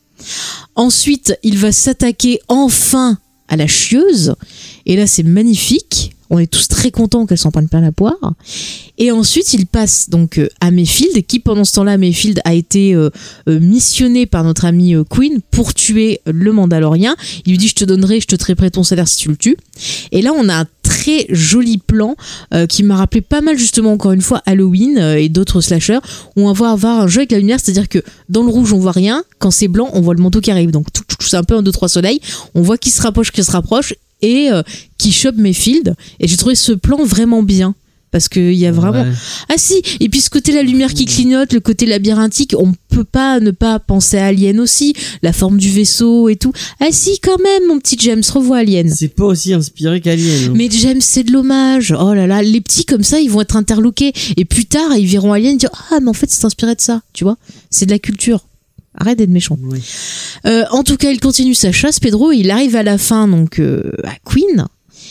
Ensuite, il va s'attaquer enfin à la chieuse. Et là, c'est magnifique. on est tous très contents qu'elle s'en prenne plein la poire. Et ensuite, il passe donc euh, à Mayfield, qui pendant ce temps-là, Mayfield a été euh, euh, missionné par notre ami euh, Queen pour tuer le Mandalorien. Il lui dit, je te donnerai, je te traiterai ton salaire si tu le tues. Et là, on a un très joli plan euh, qui m'a rappelé pas mal justement encore une fois Halloween euh, et d'autres slashers où on va avoir un jeu avec la lumière, c'est-à-dire que dans le rouge on voit rien, quand c'est blanc on voit le manteau qui arrive, donc tout, tout, c'est un peu un deux trois soleils, on voit qui se rapproche, qui se rapproche et euh, qui chope Mayfield, et j'ai trouvé ce plan vraiment bien. Parce qu'il y a vraiment... Ouais. Ah si, et puis ce côté la lumière qui clignote, le côté labyrinthique, on peut pas ne pas penser à Alien aussi, la forme du vaisseau et tout. Ah si, quand même, mon petit James, revois Alien. C'est pas aussi inspiré qu'Alien. Hein. Mais James, c'est de l'hommage. Oh là là, les petits comme ça, ils vont être interloqués. Et plus tard, ils verront Alien et dire « Ah, mais en fait, c'est inspiré de ça, tu vois. C'est de la culture. » Arrête d'être méchant. Oui. Euh, en tout cas, il continue sa chasse, Pedro, et il arrive à la fin, donc, euh, à Queen.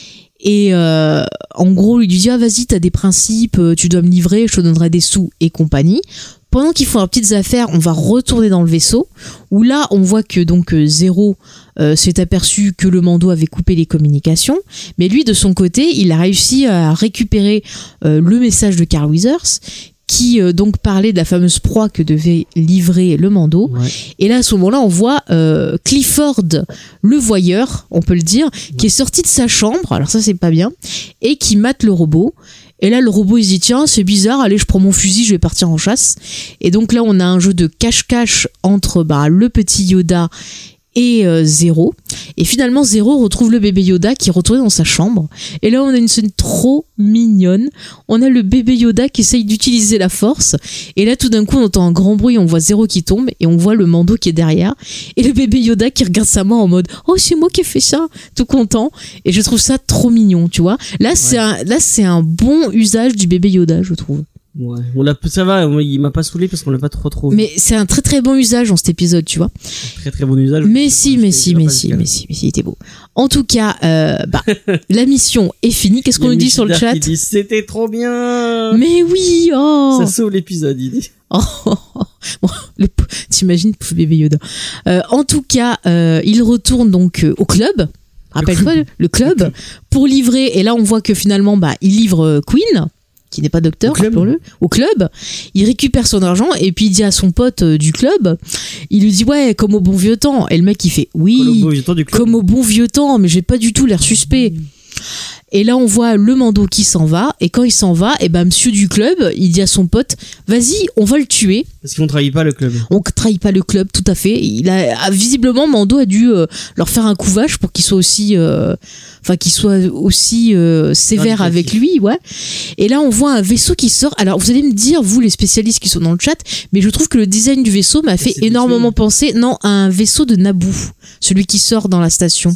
Et euh, en gros, il lui dit ah vas-y, t'as des principes, tu dois me livrer, je te donnerai des sous et compagnie. Pendant qu'ils font leurs petites affaires, on va retourner dans le vaisseau où là, on voit que donc Zero euh, s'est aperçu que le Mando avait coupé les communications, mais lui de son côté, il a réussi à récupérer euh, le message de Carl Weathers, qui euh, donc parlait de la fameuse proie que devait livrer le Mando. Ouais. Et là, à ce moment-là, on voit euh, Clifford, le voyeur, on peut le dire, ouais. qui est sorti de sa chambre, alors ça c'est pas bien, et qui mate le robot. Et là, le robot, il se dit, tiens, c'est bizarre, allez, je prends mon fusil, je vais partir en chasse. Et donc là, on a un jeu de cache-cache entre bah, le petit Yoda et euh, Zero. Et finalement, Zero retrouve le bébé Yoda qui est retourné dans sa chambre. Et là, on a une scène trop mignonne. On a le bébé Yoda qui essaye d'utiliser la force. Et là, tout d'un coup, on entend un grand bruit, on voit Zero qui tombe et on voit le Mando qui est derrière. Et le bébé Yoda qui regarde sa main en mode « Oh, c'est moi qui ai fait ça !» tout content. Et je trouve ça trop mignon, tu vois. Là, ouais. c'est un, là, c'est un bon usage du bébé Yoda, je trouve. Ouais, on l'a, ça va, il m'a pas saoulé parce qu'on l'a pas trop trop. Mais c'est un très très bon usage dans cet épisode, tu vois. Un très très bon usage. Mais si, mais si, mais si, mais si, mais si, il était beau. En tout cas, euh, bah, la mission est finie. Qu'est-ce qu'on nous dit sur le chat? Il dit c'était trop bien. Mais oui, oh. Ça sauve l'épisode, il dit. Oh, oh, oh. Bon, le, t'imagines, pauvre bébé Yoda. Euh, en tout cas, euh, il retourne donc euh, au club. Rappelle-toi, le, le club, pour livrer. Et là, on voit que finalement, bah, il livre euh, Queen, qui n'est pas docteur, rappelons-le, au club. Il récupère son argent et puis il dit à son pote euh, du club, il lui dit ouais, comme au bon vieux temps. Et le mec il fait oui, comme au bon vieux temps, du club. Comme au bon vieux temps, mais j'ai pas du tout l'air suspect. Mmh. Et là on voit le Mando qui s'en va, et quand il s'en va, et ben monsieur du club, il dit à son pote, vas-y, on va le tuer. Parce qu'on trahit pas le club. On trahit pas le club, tout à fait. Il a visiblement Mando a dû euh, leur faire un couvage pour qu'il soit aussi euh, enfin qu'il soit aussi euh, sévère ah, avec lui, ouais. Et là on voit un vaisseau qui sort. Alors vous allez me dire, vous les spécialistes qui sont dans le chat, mais je trouve que le design du vaisseau m'a fait énormément penser non à un vaisseau de Naboo, celui qui sort dans la station.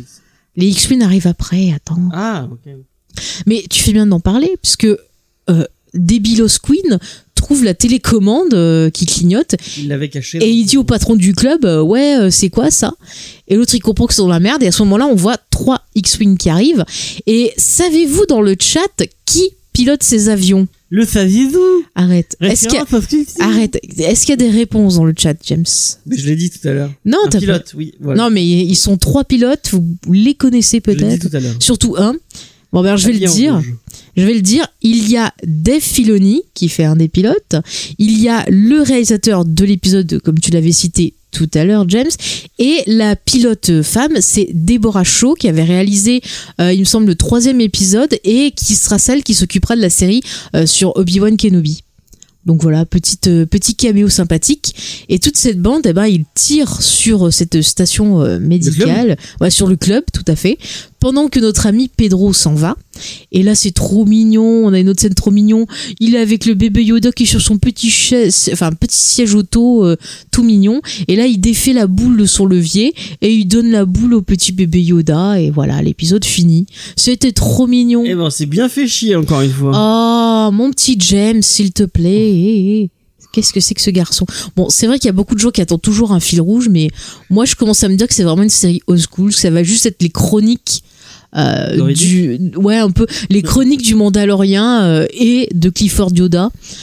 Les X-Wing arrivent après, attends. Ah, ok. Mais tu fais bien d'en parler, puisque euh, Débilos Queen trouve la télécommande euh, qui clignote. Il l'avait caché. Et il dit au patron du club, euh, ouais, euh, c'est quoi ça? Et l'autre, il comprend que c'est dans la merde. Et à ce moment-là, on voit trois X-Wing qui arrivent. Et savez-vous dans le chat qui pilote ces avions? Le saviez-vous? Arrête. Est-ce qu'il y a... Arrête. Est-ce qu'il y a des réponses dans le chat, James? Mais je l'ai dit tout à l'heure. Non, un t'as pilote, pas... oui. Voilà. Non, mais ils sont trois pilotes. Vous les connaissez peut-être. Je l'ai dit tout à l'heure. Surtout un. Bon, ben, je vais le dire. Je vais le dire. Il y a Dave Filoni, qui fait un des pilotes. Il y a le réalisateur de l'épisode, comme tu l'avais cité tout à l'heure, James. Et la pilote femme, c'est Deborah Shaw, qui avait réalisé, euh, il me semble, le troisième épisode et qui sera celle qui s'occupera de la série euh, sur Obi-Wan Kenobi. Donc voilà, petite, euh, petit caméo sympathique. Et toute cette bande, eh ben, ils tirent sur cette station euh, médicale, ouais, sur le club, tout à fait, pendant que notre ami Pedro s'en va. Et là, c'est trop mignon. On a une autre scène trop mignon. Il est avec le bébé Yoda qui est sur son petit chaise, enfin, petit siège auto, euh, tout mignon. Et là, il défait la boule de son levier et il donne la boule au petit bébé Yoda. Et voilà, l'épisode fini. C'était trop mignon. Eh ben, c'est bien fait chier, encore une fois. Oh, mon petit James, s'il te plaît. Qu'est-ce que c'est que ce garçon? Bon, c'est vrai qu'il y a beaucoup de gens qui attendent toujours un fil rouge, mais moi, je commence à me dire que c'est vraiment une série old school, que ça va juste être les chroniques euh, du, ouais, un peu les chroniques du Mandalorien euh, et de Clifford Yoda.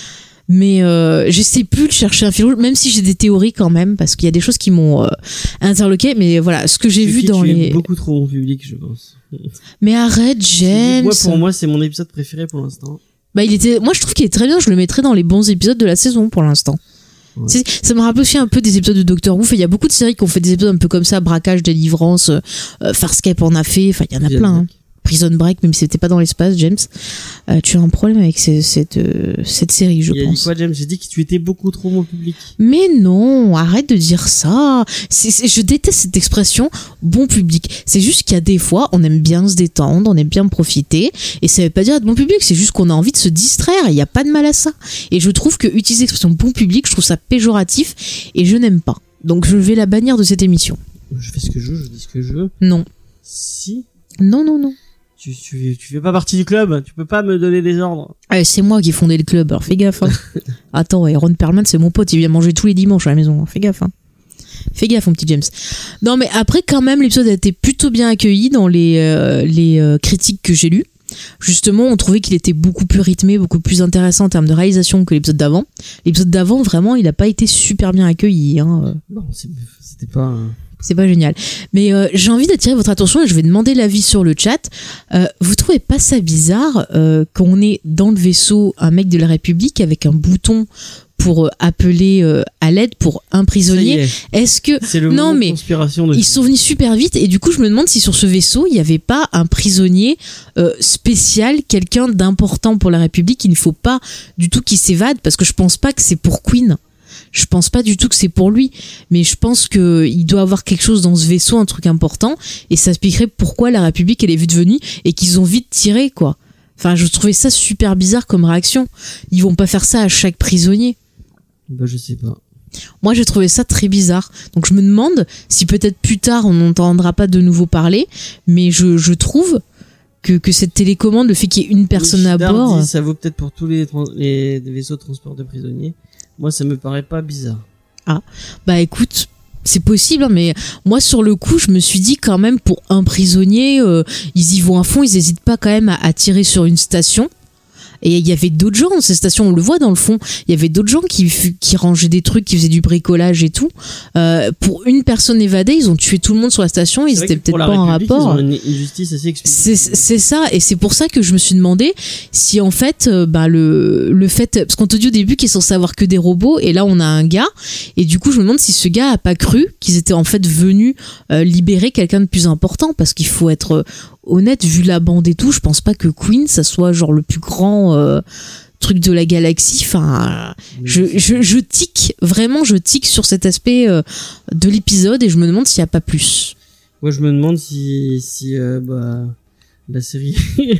Mais euh, j'essaie plus de chercher un fil rouge, même si j'ai des théories quand même, parce qu'il y a des choses qui m'ont euh, interloqué. Mais voilà, ce que j'ai vu dans tu les... es beaucoup trop bon public, je pense. Mais arrête, James. Moi, pour moi, c'est mon épisode préféré pour l'instant. Bah, il était... Moi, je trouve qu'il est très bien. Je le mettrais dans les bons épisodes de la saison pour l'instant. Ouais. C'est... Ça me rappelle aussi un peu des épisodes de Doctor Who. Il y a beaucoup de séries qui ont fait des épisodes un peu comme ça, braquage, délivrance, euh, Farscape en a fait. Enfin, il y en a plein. Hein. Prison Break, même si c'était pas dans l'espace, James. Euh, tu as un problème avec ce, cette, euh, cette série, je Il pense. Dit quoi, James? J'ai dit que tu étais beaucoup trop mon public. Mais non, arrête de dire ça. C'est, c'est, je déteste cette expression bon public. C'est juste qu'il y a des fois, on aime bien se détendre, on aime bien profiter. Et ça veut pas dire être bon public, c'est juste qu'on a envie de se distraire. Il n'y a pas de mal à ça. Et je trouve que utiliser l'expression bon public, je trouve ça péjoratif et je n'aime pas. Donc je vais la bannir de cette émission. Je fais ce que je veux, je dis ce que je veux. Non. Si. Non, non, non. Tu, tu, tu fais pas partie du club, tu peux pas me donner des ordres. Ah, c'est moi qui ai fondé le club, alors fais gaffe. Hein. Attends, ouais, Ron Perlman, c'est mon pote, il vient manger tous les dimanches à la maison. Fais gaffe. Hein. Fais gaffe, mon petit James. Non, mais après, quand même, l'épisode a été plutôt bien accueilli dans les, euh, les euh, critiques que j'ai lues. Justement, on trouvait qu'il était beaucoup plus rythmé, beaucoup plus intéressant en termes de réalisation que l'épisode d'avant. L'épisode d'avant, vraiment, il a pas été super bien accueilli. Hein. Non, c'était pas... Un... C'est pas génial. Mais euh, j'ai envie d'attirer votre attention et je vais demander l'avis sur le chat. Euh, vous trouvez pas ça bizarre euh, qu'on ait dans le vaisseau un mec de la République avec un bouton pour euh, appeler euh, à l'aide pour un prisonnier? Est-ce que c'est le non mais de... ils sont venus super vite et du coup je me demande si sur ce vaisseau il y avait pas un prisonnier euh, spécial, quelqu'un d'important pour la République. Il ne faut pas du tout qu'il s'évade parce que je pense pas que c'est pour Queen. Je pense pas du tout que c'est pour lui, mais je pense que il doit avoir quelque chose dans ce vaisseau, un truc important, et ça expliquerait pourquoi la République elle est vite venue et qu'ils ont vite tiré quoi. Enfin, je trouvais ça super bizarre comme réaction. Ils vont pas faire ça à chaque prisonnier. Bah je sais pas. Moi j'ai trouvé ça très bizarre. Donc je me demande si peut-être plus tard on n'entendra pas de nouveau parler, mais je je trouve que que cette télécommande, le fait qu'il y ait une personne à bord, dit, ça vaut peut-être pour tous les trans- les vaisseaux de transport de prisonniers. Moi, ça me paraît pas bizarre. Ah, bah écoute, c'est possible, hein, mais moi, sur le coup, je me suis dit quand même, pour un prisonnier, euh, ils y vont à fond, ils hésitent pas quand même à, à tirer sur une station. Et il y avait d'autres gens dans ces stations, on le voit dans le fond. Il y avait d'autres gens qui, qui rangeaient des trucs, qui faisaient du bricolage et tout. Euh, pour une personne évadée, ils ont tué tout le monde sur la station. Ils étaient peut-être pas en rapport. Ils ont une, une justice assez c'est, c'est ça, et c'est pour ça que je me suis demandé si en fait, euh, bah le le fait, parce qu'on te dit au début qu'ils sont censés avoir que des robots, et là on a un gars, et du coup je me demande si ce gars a pas cru qu'ils étaient en fait venus euh, libérer quelqu'un de plus important, parce qu'il faut être euh, honnête, vu la bande et tout, je pense pas que Queen ça soit genre le plus grand euh, truc de la galaxie. Enfin, je, je, je tique, vraiment je tique sur cet aspect euh, de l'épisode et je me demande s'il y a pas plus. Ouais, je me demande si, si euh, bah, la série,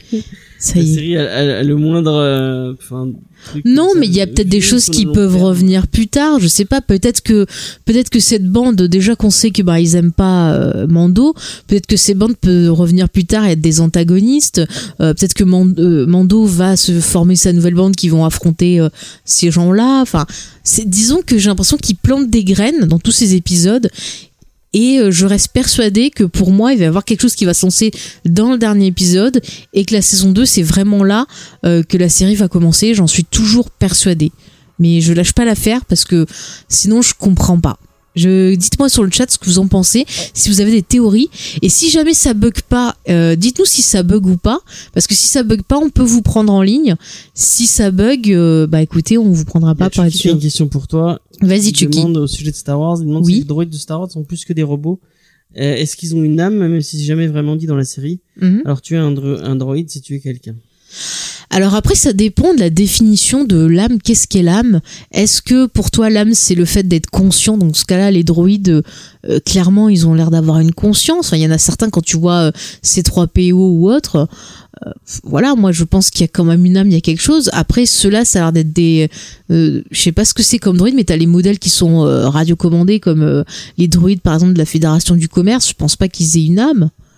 ça la y est. série a, a, a le moindre, enfin. Euh, non, mais il y a peut-être des choses qui peuvent terme. revenir plus tard. Je sais pas. Peut-être que peut-être que cette bande, déjà qu'on sait que bah ils aiment pas euh, Mando, peut-être que ces bandes peuvent revenir plus tard et être des antagonistes. Euh, peut-être que Mando, euh, Mando va se former sa nouvelle bande qui vont affronter euh, ces gens-là. Enfin, c'est, disons que j'ai l'impression qu'ils plantent des graines dans tous ces épisodes. Et je reste persuadée que pour moi, il va y avoir quelque chose qui va se lancer dans le dernier épisode et que la saison deux, c'est vraiment là euh, que la série va commencer. J'en suis toujours persuadée. Mais je lâche pas l'affaire parce que sinon, je comprends pas. Je, dites-moi sur le chat ce que vous en pensez, si vous avez des théories. Et si jamais ça bug pas, euh, dites-nous si ça bug ou pas. Parce que si ça bug pas, on peut vous prendre en ligne. Si ça bug, euh, bah écoutez, on vous prendra pas par dessus. J'ai une question pour toi. Vas-y, Chucky. Il demande au sujet de Star Wars, il demande oui. si les droïdes de Star Wars sont plus que des robots. Euh, est-ce qu'ils ont une âme, même si c'est jamais vraiment dit dans la série? Mm-hmm. Alors tuer un, dro- un droïde, c'est tuer quelqu'un. Alors après, ça dépend de la définition de l'âme. Qu'est-ce qu'est l'âme? Est-ce que pour toi, l'âme, c'est le fait d'être conscient? Donc, dans ce cas-là, les droïdes, euh, clairement, ils ont l'air d'avoir une conscience. Enfin, il y en a certains, quand tu vois euh, C trois P O ou autre, euh, voilà, moi, je pense qu'il y a quand même une âme, il y a quelque chose. Après, ceux-là, ça a l'air d'être des... Euh, je sais pas ce que c'est comme droïdes, mais t'as les modèles qui sont euh, radiocommandés, comme euh, les droïdes, par exemple, de la Fédération du Commerce. Je pense pas qu'ils aient une âme.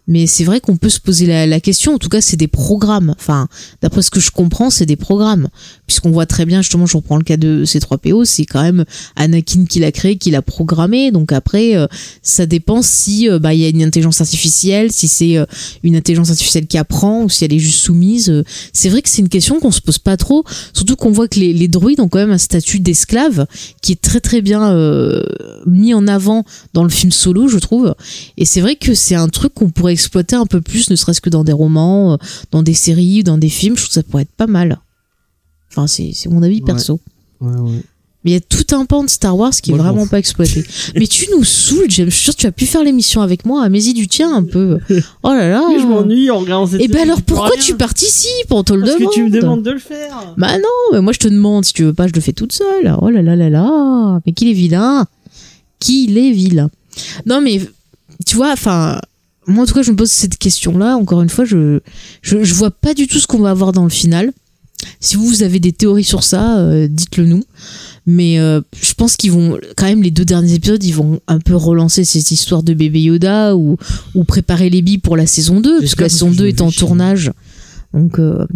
Mais c'est vrai qu'on peut se poser la, la question. En tout cas, c'est des programmes. Enfin, d'après ce que je comprends, c'est des programmes. Puisqu'on voit très bien, justement, je reprends le cas de C trois P O, c'est quand même Anakin qui l'a créé, qui l'a programmé. Donc après, euh, ça dépend si euh, bah il y a une intelligence artificielle, si c'est euh, une intelligence artificielle qui apprend ou si elle est juste soumise. Euh, c'est vrai que c'est une question qu'on se pose pas trop. Surtout qu'on voit que les, les droïdes ont quand même un statut d'esclave qui est très très bien euh, mis en avant dans le film Solo, je trouve. Et c'est vrai que c'est un truc qu'on pourrait exploiter un peu plus, ne serait-ce que dans des romans, dans des séries, dans des films. Je trouve que ça pourrait être pas mal. Enfin, c'est, c'est mon avis perso. Ouais, ouais. ouais. Mais il y a tout un pan de Star Wars qui moi, est vraiment pas exploité. Mais tu nous saoules, James. Je suis sûr que tu as pu faire l'émission avec moi. Mais y du tien un peu. Oh là là. Mais je m'ennuie en regardant cette série. Et ben alors pourquoi rien. Tu participes? On te le demande. Parce que tu me demandes de le faire. Bah non, mais moi je te demande. Si tu veux pas, je le fais toute seule. Oh là là là là. Mais qu'il est vilain. Qu'il est vilain. Non mais, tu vois, enfin... Moi, en tout cas, je me pose cette question-là. Encore une fois, je, je, je vois pas du tout ce qu'on va avoir dans le final. Si vous, vous avez des théories sur ça, euh, dites-le nous. Mais euh, je pense qu'ils vont, quand même, les deux derniers épisodes, ils vont un peu relancer cette histoire de bébé Yoda ou, ou préparer les billes pour la saison deux, parce que la saison deux est en tournage. Donc, euh...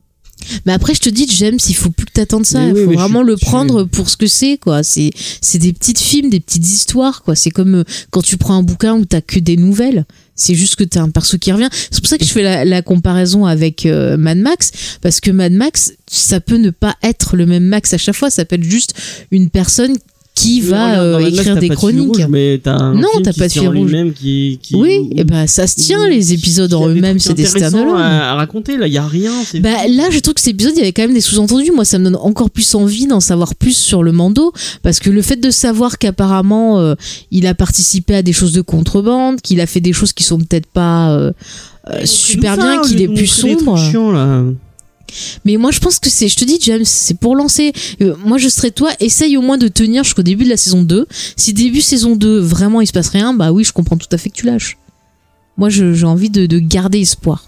mais après, je te dis, James, il faut plus que t'attendes ça. Il oui, faut vraiment je, le prendre je... pour ce que c'est, quoi. C'est, c'est des petites films, des petites histoires, quoi. C'est comme euh, quand tu prends un bouquin où t'as que des nouvelles. C'est juste que t'as un perso qui revient. C'est pour ça que je fais la, la comparaison avec euh, Mad Max, parce que Mad Max, ça peut ne pas être le même Max à chaque fois. Ça peut être juste une personne qui oui, va euh, écrire Max, des chroniques. Rouge, mais t'as un non, film t'as qui pas de fil rouge. Qui, qui, oui, et ben ça se tient, les épisodes en eux-mêmes, c'est des stand-alone. À, à raconter, là, il y a rien. C'est bah là, je trouve que cet épisode, il y avait quand même des sous-entendus. Moi, ça me donne encore plus envie d'en savoir plus sur le Mando, parce que le fait de savoir qu'apparemment euh, il a participé à des choses de contrebande, qu'il a fait des choses qui sont peut-être pas euh, euh, super ça, bien, qu'il est plus sombre. Chiants, là. Mais moi je pense que c'est, je te dis James, c'est pour lancer. Euh, moi je serais toi, essaye au moins de tenir jusqu'au début de la saison deux. Si début saison deux vraiment il se passe rien, bah oui je comprends tout à fait que tu lâches. Moi je, j'ai envie de, de garder espoir.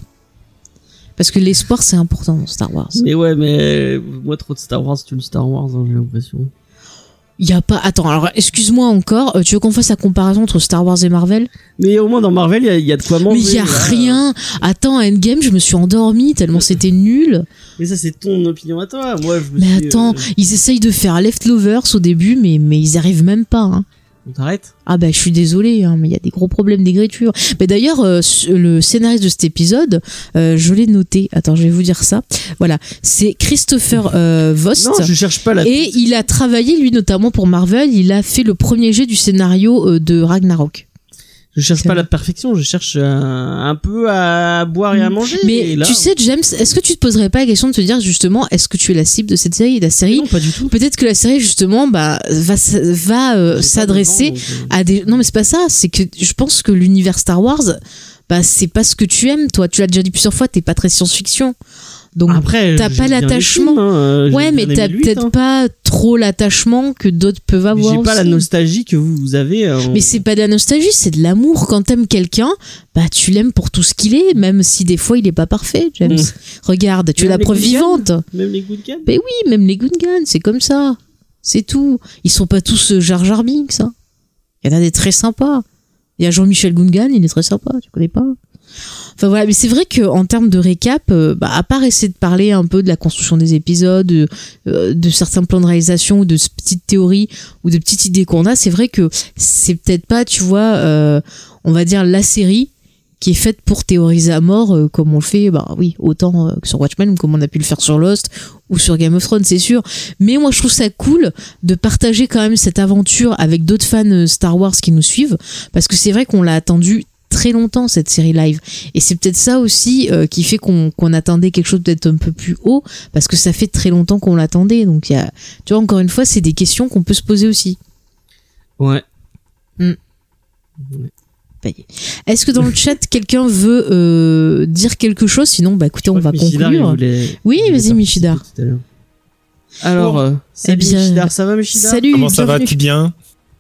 Parce que l'espoir c'est important dans Star Wars. Mais ouais mais moi trop de Star Wars c'est une Star Wars hein, j'ai l'impression. Il y a pas. Attends, alors excuse-moi encore. Euh, tu veux qu'on fasse la comparaison entre Star Wars et Marvel? Mais au moins dans Marvel, il y, y a de quoi manger. Mais il y a là. Rien. Attends, à Endgame, je me suis endormie tellement c'était nul. Mais ça, c'est ton opinion à toi. Moi, je me mais suis, attends, euh... ils essayent de faire Leftovers au début, mais mais ils arrivent même pas. Hein. On t'arrête? Ah bah je suis désolée, hein, mais il y a des gros problèmes d'écriture. Mais d'ailleurs, euh, le scénariste de cet épisode, euh, je l'ai noté. Attends, je vais vous dire ça. Voilà, c'est Christopher euh, Vost. Non, je cherche pas la. Et il a travaillé lui notamment pour Marvel. Il a fait le premier jet du scénario euh, de Ragnarok. Je cherche pas la perfection, je cherche un, un peu à boire et à manger. Mais et là, tu sais, James, est-ce que tu te poserais pas la question de te dire justement, est-ce que tu es la cible de cette série? La série, non, pas du tout. Peut-être que la série justement, bah, va va euh, s'adresser temps, donc, euh... à des. Non, mais c'est pas ça. C'est que je pense que l'univers Star Wars, bah, c'est pas ce que tu aimes. Toi, tu l'as déjà dit plusieurs fois, t'es pas très science-fiction. Donc après, t'as pas l'attachement. Films, hein, ouais, mais t'as peut-être hein. pas trop l'attachement que d'autres peuvent avoir. Mais j'ai pas aussi. la nostalgie que vous avez. En... Mais c'est pas de la nostalgie, c'est de l'amour. Quand t'aimes quelqu'un, bah tu l'aimes pour tout ce qu'il est, même si des fois il est pas parfait, James. Mmh. Regarde, tu même es la preuve vivante. Même les Gungans. Mais oui, même les Gungans, c'est comme ça. C'est tout. Ils sont pas tous Jar Jar Binks, ça. Il y en a des très sympas. Il y a Jean-Michel Gungan, il est très sympa, tu connais pas? Enfin voilà, mais c'est vrai que en termes de récap, euh, bah, à part essayer de parler un peu de la construction des épisodes, de, euh, de certains plans de réalisation ou de petites théories ou de petites idées qu'on a, c'est vrai que c'est peut-être pas, tu vois, euh, on va dire la série qui est faite pour théoriser à mort, euh, comme on le fait, bah oui, autant euh, que sur Watchmen ou comme on a pu le faire sur Lost ou sur Game of Thrones, c'est sûr. Mais moi, je trouve ça cool de partager quand même cette aventure avec d'autres fans Star Wars qui nous suivent, parce que c'est vrai qu'on l'a attendu très longtemps cette série live, et c'est peut-être ça aussi euh, qui fait qu'on, qu'on attendait quelque chose peut-être un peu plus haut, parce que ça fait très longtemps qu'on l'attendait. Donc il y a, tu vois, encore une fois, c'est des questions qu'on peut se poser aussi. Ouais. Mm. Ouais. Est-ce que dans le chat quelqu'un veut euh, dire quelque chose? Sinon, bah écoutez, on va Michidar, conclure. Voulait, oui, vas-y, Michidar. Alors, euh, salut eh bien, Michidar, ça va Michidar? Salut. Comment ça va? Tout bien?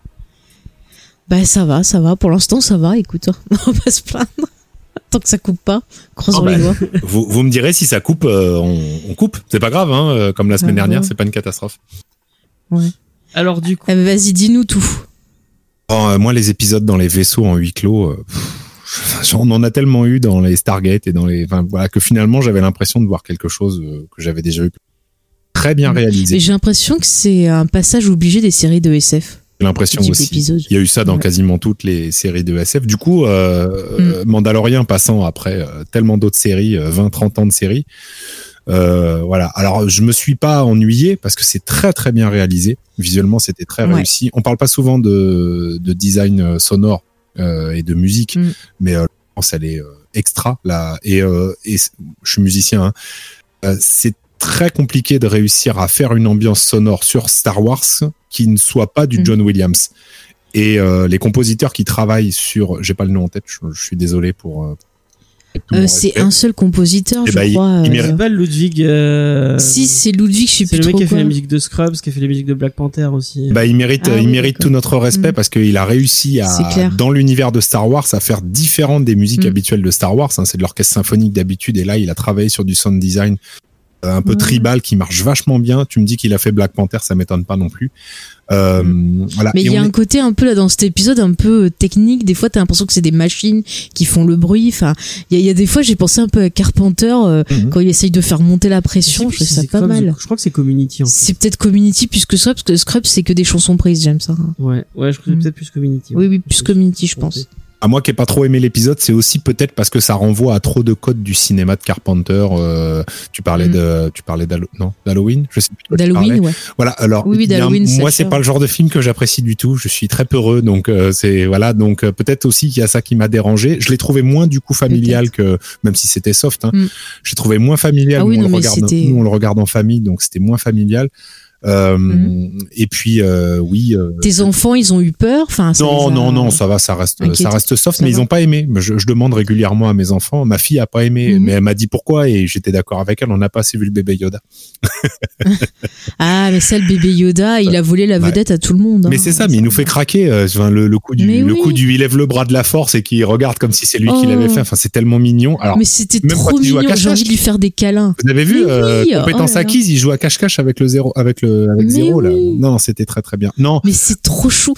Bah ça va, ça va. Pour l'instant, ça va. Écoute, on va pas se plaindre. Tant que ça coupe pas, croisons oh bah, les doigts. Vous, vous me direz si ça coupe, euh, on, on coupe. C'est pas grave, hein. Comme la semaine ah, dernière, ouais. C'est pas une catastrophe. Ouais. Alors du coup, eh ben, vas-y, dis-nous tout. Oh, euh, moi, les épisodes dans les vaisseaux en huis clos, euh, pff, on en a tellement eu dans les Stargate et dans les, enfin voilà, que finalement j'avais l'impression de voir quelque chose que j'avais déjà vu. Très bien réalisé. Et j'ai l'impression que c'est un passage obligé des séries de S F. J'ai l'impression aussi. Épisode. Il y a eu ça dans ouais. quasiment toutes les séries de S F. Du coup, euh, mm. Mandalorian passant après euh, tellement d'autres séries, euh, vingt trente ans de séries. Euh, voilà. Alors, je me suis pas ennuyé parce que c'est très très bien réalisé. Visuellement, c'était très ouais. réussi. On parle pas souvent de, de design sonore euh, et de musique, mm. mais euh, elle est euh, extra là. Et, euh, et je suis musicien. Hein. Euh, c'est très compliqué de réussir à faire une ambiance sonore sur Star Wars qui ne soit pas du mmh. John Williams. Et euh, les compositeurs qui travaillent sur, j'ai pas le nom en tête, je, je suis désolé pour. Euh, euh, c'est un seul compositeur, et je bah, crois. Il, il mérite pas Ludwig. Euh... Si c'est Ludwig, je sais plus trop. C'est le mec qui a quoi. fait la musique de Scrubs, qui a fait la musique de Black Panther aussi. Bah, il mérite, ah, il oui, mérite d'accord. tout notre respect mmh. parce qu'il a réussi à, dans l'univers de Star Wars, à faire différentes des musiques mmh. habituelles de Star Wars. Hein, c'est de l'orchestre symphonique d'habitude, et là, il a travaillé sur du sound design. Un peu ouais. tribal qui marche vachement bien. Tu me dis qu'il a fait Black Panther, ça m'étonne pas non plus. Euh, mmh. voilà. Mais il y a est... un côté un peu là dans cet épisode un peu technique. Des fois, t'as l'impression que c'est des machines qui font le bruit. Enfin, il y, y a des fois, j'ai pensé un peu à Carpenter euh, mmh. quand il essaye de faire monter la pression. Je trouve ça pas mal. De... Je crois que c'est Community. En fait. C'est peut-être Community plus que Scrubs, parce que Scrubs c'est que des chansons prises, j'aime ça. Ouais, ouais, je crois que c'est mmh. peut-être plus Community. Ouais. Oui, oui, plus Community, je pense. À moi qui n'ai pas trop aimé l'épisode, c'est aussi peut-être parce que ça renvoie à trop de codes du cinéma de Carpenter. Euh, tu parlais mm. de, tu parlais d'Halloween, non, d'Halloween, je sais plus. D'Halloween, ouais. Voilà. Alors, oui, oui, d'Halloween, un, moi, c'est pas le genre de film que j'apprécie du tout. Je suis très peureux, donc euh, c'est voilà. Donc euh, peut-être aussi qu'il y a ça qui m'a dérangé. Je l'ai trouvé moins du coup familial peut-être. que, même si c'était soft. Hein, mm. J'ai trouvé moins familial. Ah oui, nous, non, on le regarde, nous on le regarde en famille, donc c'était moins familial. Euh, mmh. Et puis euh, oui. Euh, Tes enfants, ils ont eu peur. Enfin, non, non, a... non, ça va, ça reste, Inquiète. ça reste soft, ça mais va. Ils ont pas aimé. Je, je demande régulièrement à mes enfants. Ma fille a pas aimé, mmh. mais elle m'a dit pourquoi, et j'étais d'accord avec elle. On n'a pas assez vu le bébé Yoda. Ah, mais ça, le bébé Yoda, il a volé la vedette ouais. à tout le monde. Hein. Mais c'est ça, mais il nous fait craquer. Euh, enfin, le, le coup du, mais le oui. coup du, il lève le bras de la force et qui regarde comme si c'est lui oh. qui l'avait fait. Enfin, c'est tellement mignon. Alors, mais c'était trop mignon. J'ai envie de lui faire des câlins. Vous avez vu euh, oui. Compétence oh acquise, il joue à cache-cache avec le zéro, avec le, avec zéro là. Non, c'était très très bien. Non. Mais c'est trop chou.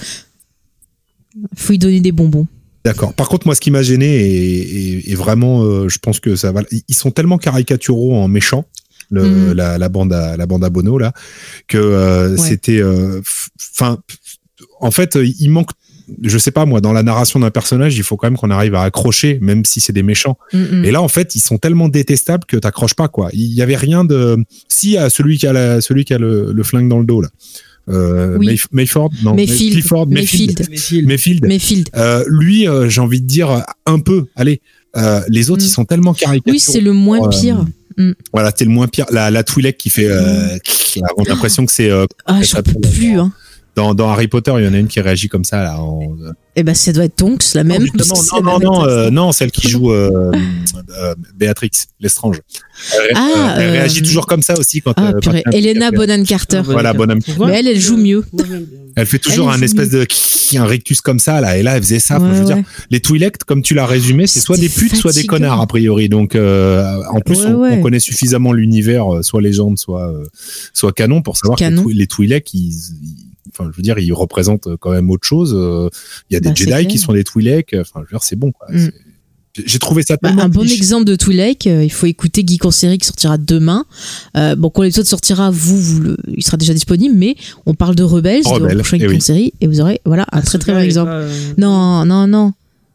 Faut lui donner des bonbons. D'accord. Par contre, moi, ce qui m'a gêné et, et, et vraiment, euh, je pense que ça va. Ils sont tellement caricaturaux en méchants, le, mmh. la, la bande à la bande à Bono là, que euh, ouais. c'était. Enfin, euh, en fait, il manque. Je sais pas moi, dans la narration d'un personnage, il faut quand même qu'on arrive à accrocher, même si c'est des méchants. Mmh. Et là, en fait, ils sont tellement détestables que t'accroches pas quoi. Il y avait rien de. Si à celui qui a la, celui qui a le, le flingue dans le dos là. Euh, oui. Mayf- Mayford, non, Mayfield, Clifford, Mayfield, Mayfield, Mayfield. Mayfield. Euh, lui, euh, j'ai envie de dire un peu. Allez, euh, les autres, mm. ils sont tellement caricaturaux. Oui, c'est le moins pire. Euh, mm. Voilà, c'est le moins pire. La, la Twi'lek qui fait, euh, on a l'impression que c'est. Euh, ah, j'en peux plus. Hein. Dans, dans Harry Potter, il y en a une qui réagit comme ça là. En... Eh ben, ça doit être Tonks, la même. Non, non, non, non, euh, non, celle qui joue euh, euh, Béatrix Lestrange. Elle, ah, euh, elle euh... réagit toujours comme ça aussi quand. Ah, euh, purée. quand Helena Bonham Carter. Voilà, Bonham. Mais elle, elle joue mieux. Elle fait toujours elle un espèce mieux. de un rictus comme ça là, et là elle faisait ça. Ouais, je veux ouais. dire, les Twi'lek, comme tu l'as résumé, c'est soit des putes, fatigant. soit des connards a priori. Donc euh, en plus, ouais, on, ouais. on connaît suffisamment l'univers, soit légende, soit euh, soit canon, pour savoir canon. que les Twi'lek, ils, ils Enfin, je veux dire, ils représentent quand même autre chose. Il y a des bah, Jedi qui sont des Twi'lek. Enfin, je veux dire, c'est bon, quoi. Mm. J'ai trouvé ça tellement. Bah, un bon exemple de Twi'lek, euh, il faut écouter Geek en série qui sortira demain. Euh, bon, quand l'épisode sortira, vous, vous le, il sera déjà disponible, mais on parle de Rebels, Rebelle, de prochain Geek oui. en série, et vous aurez, voilà, un ah, très très bon exemple. Pas, euh... Non, non, non.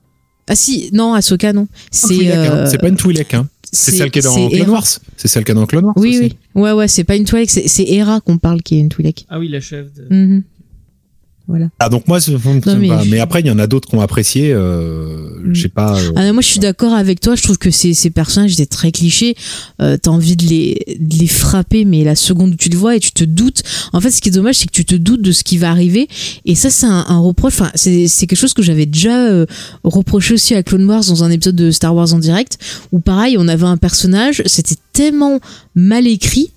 Ah si, non, Ahsoka, non. C'est, euh... c'est pas une Twi'lek, hein. C'est, c'est celle qui est dans c'est Clone Wars. C'est celle qui est dans Clone Wars. Oui, aussi. oui. Ouais, ouais, c'est pas une Twi'lek, c'est, c'est Hera qu'on parle qui est une Twi'lek. Ah oui, la chef de. Mm-hmm. Voilà. Ah donc moi je, non, mais, pas. mais après il y en a d'autres qui ont apprécié euh, mm. je sais pas euh, ah non, moi je suis d'accord avec toi, je trouve que ces, ces personnages étaient très clichés, euh, t'as envie de les, de les frapper, mais la seconde où tu le vois et tu te doutes, en fait ce qui est dommage c'est que tu te doutes de ce qui va arriver, et ça c'est un, un reproche, enfin c'est, c'est quelque chose que j'avais déjà euh, reproché aussi à Clone Wars dans un épisode de Star Wars en direct, où pareil on avait un personnage, c'était tellement mal écrit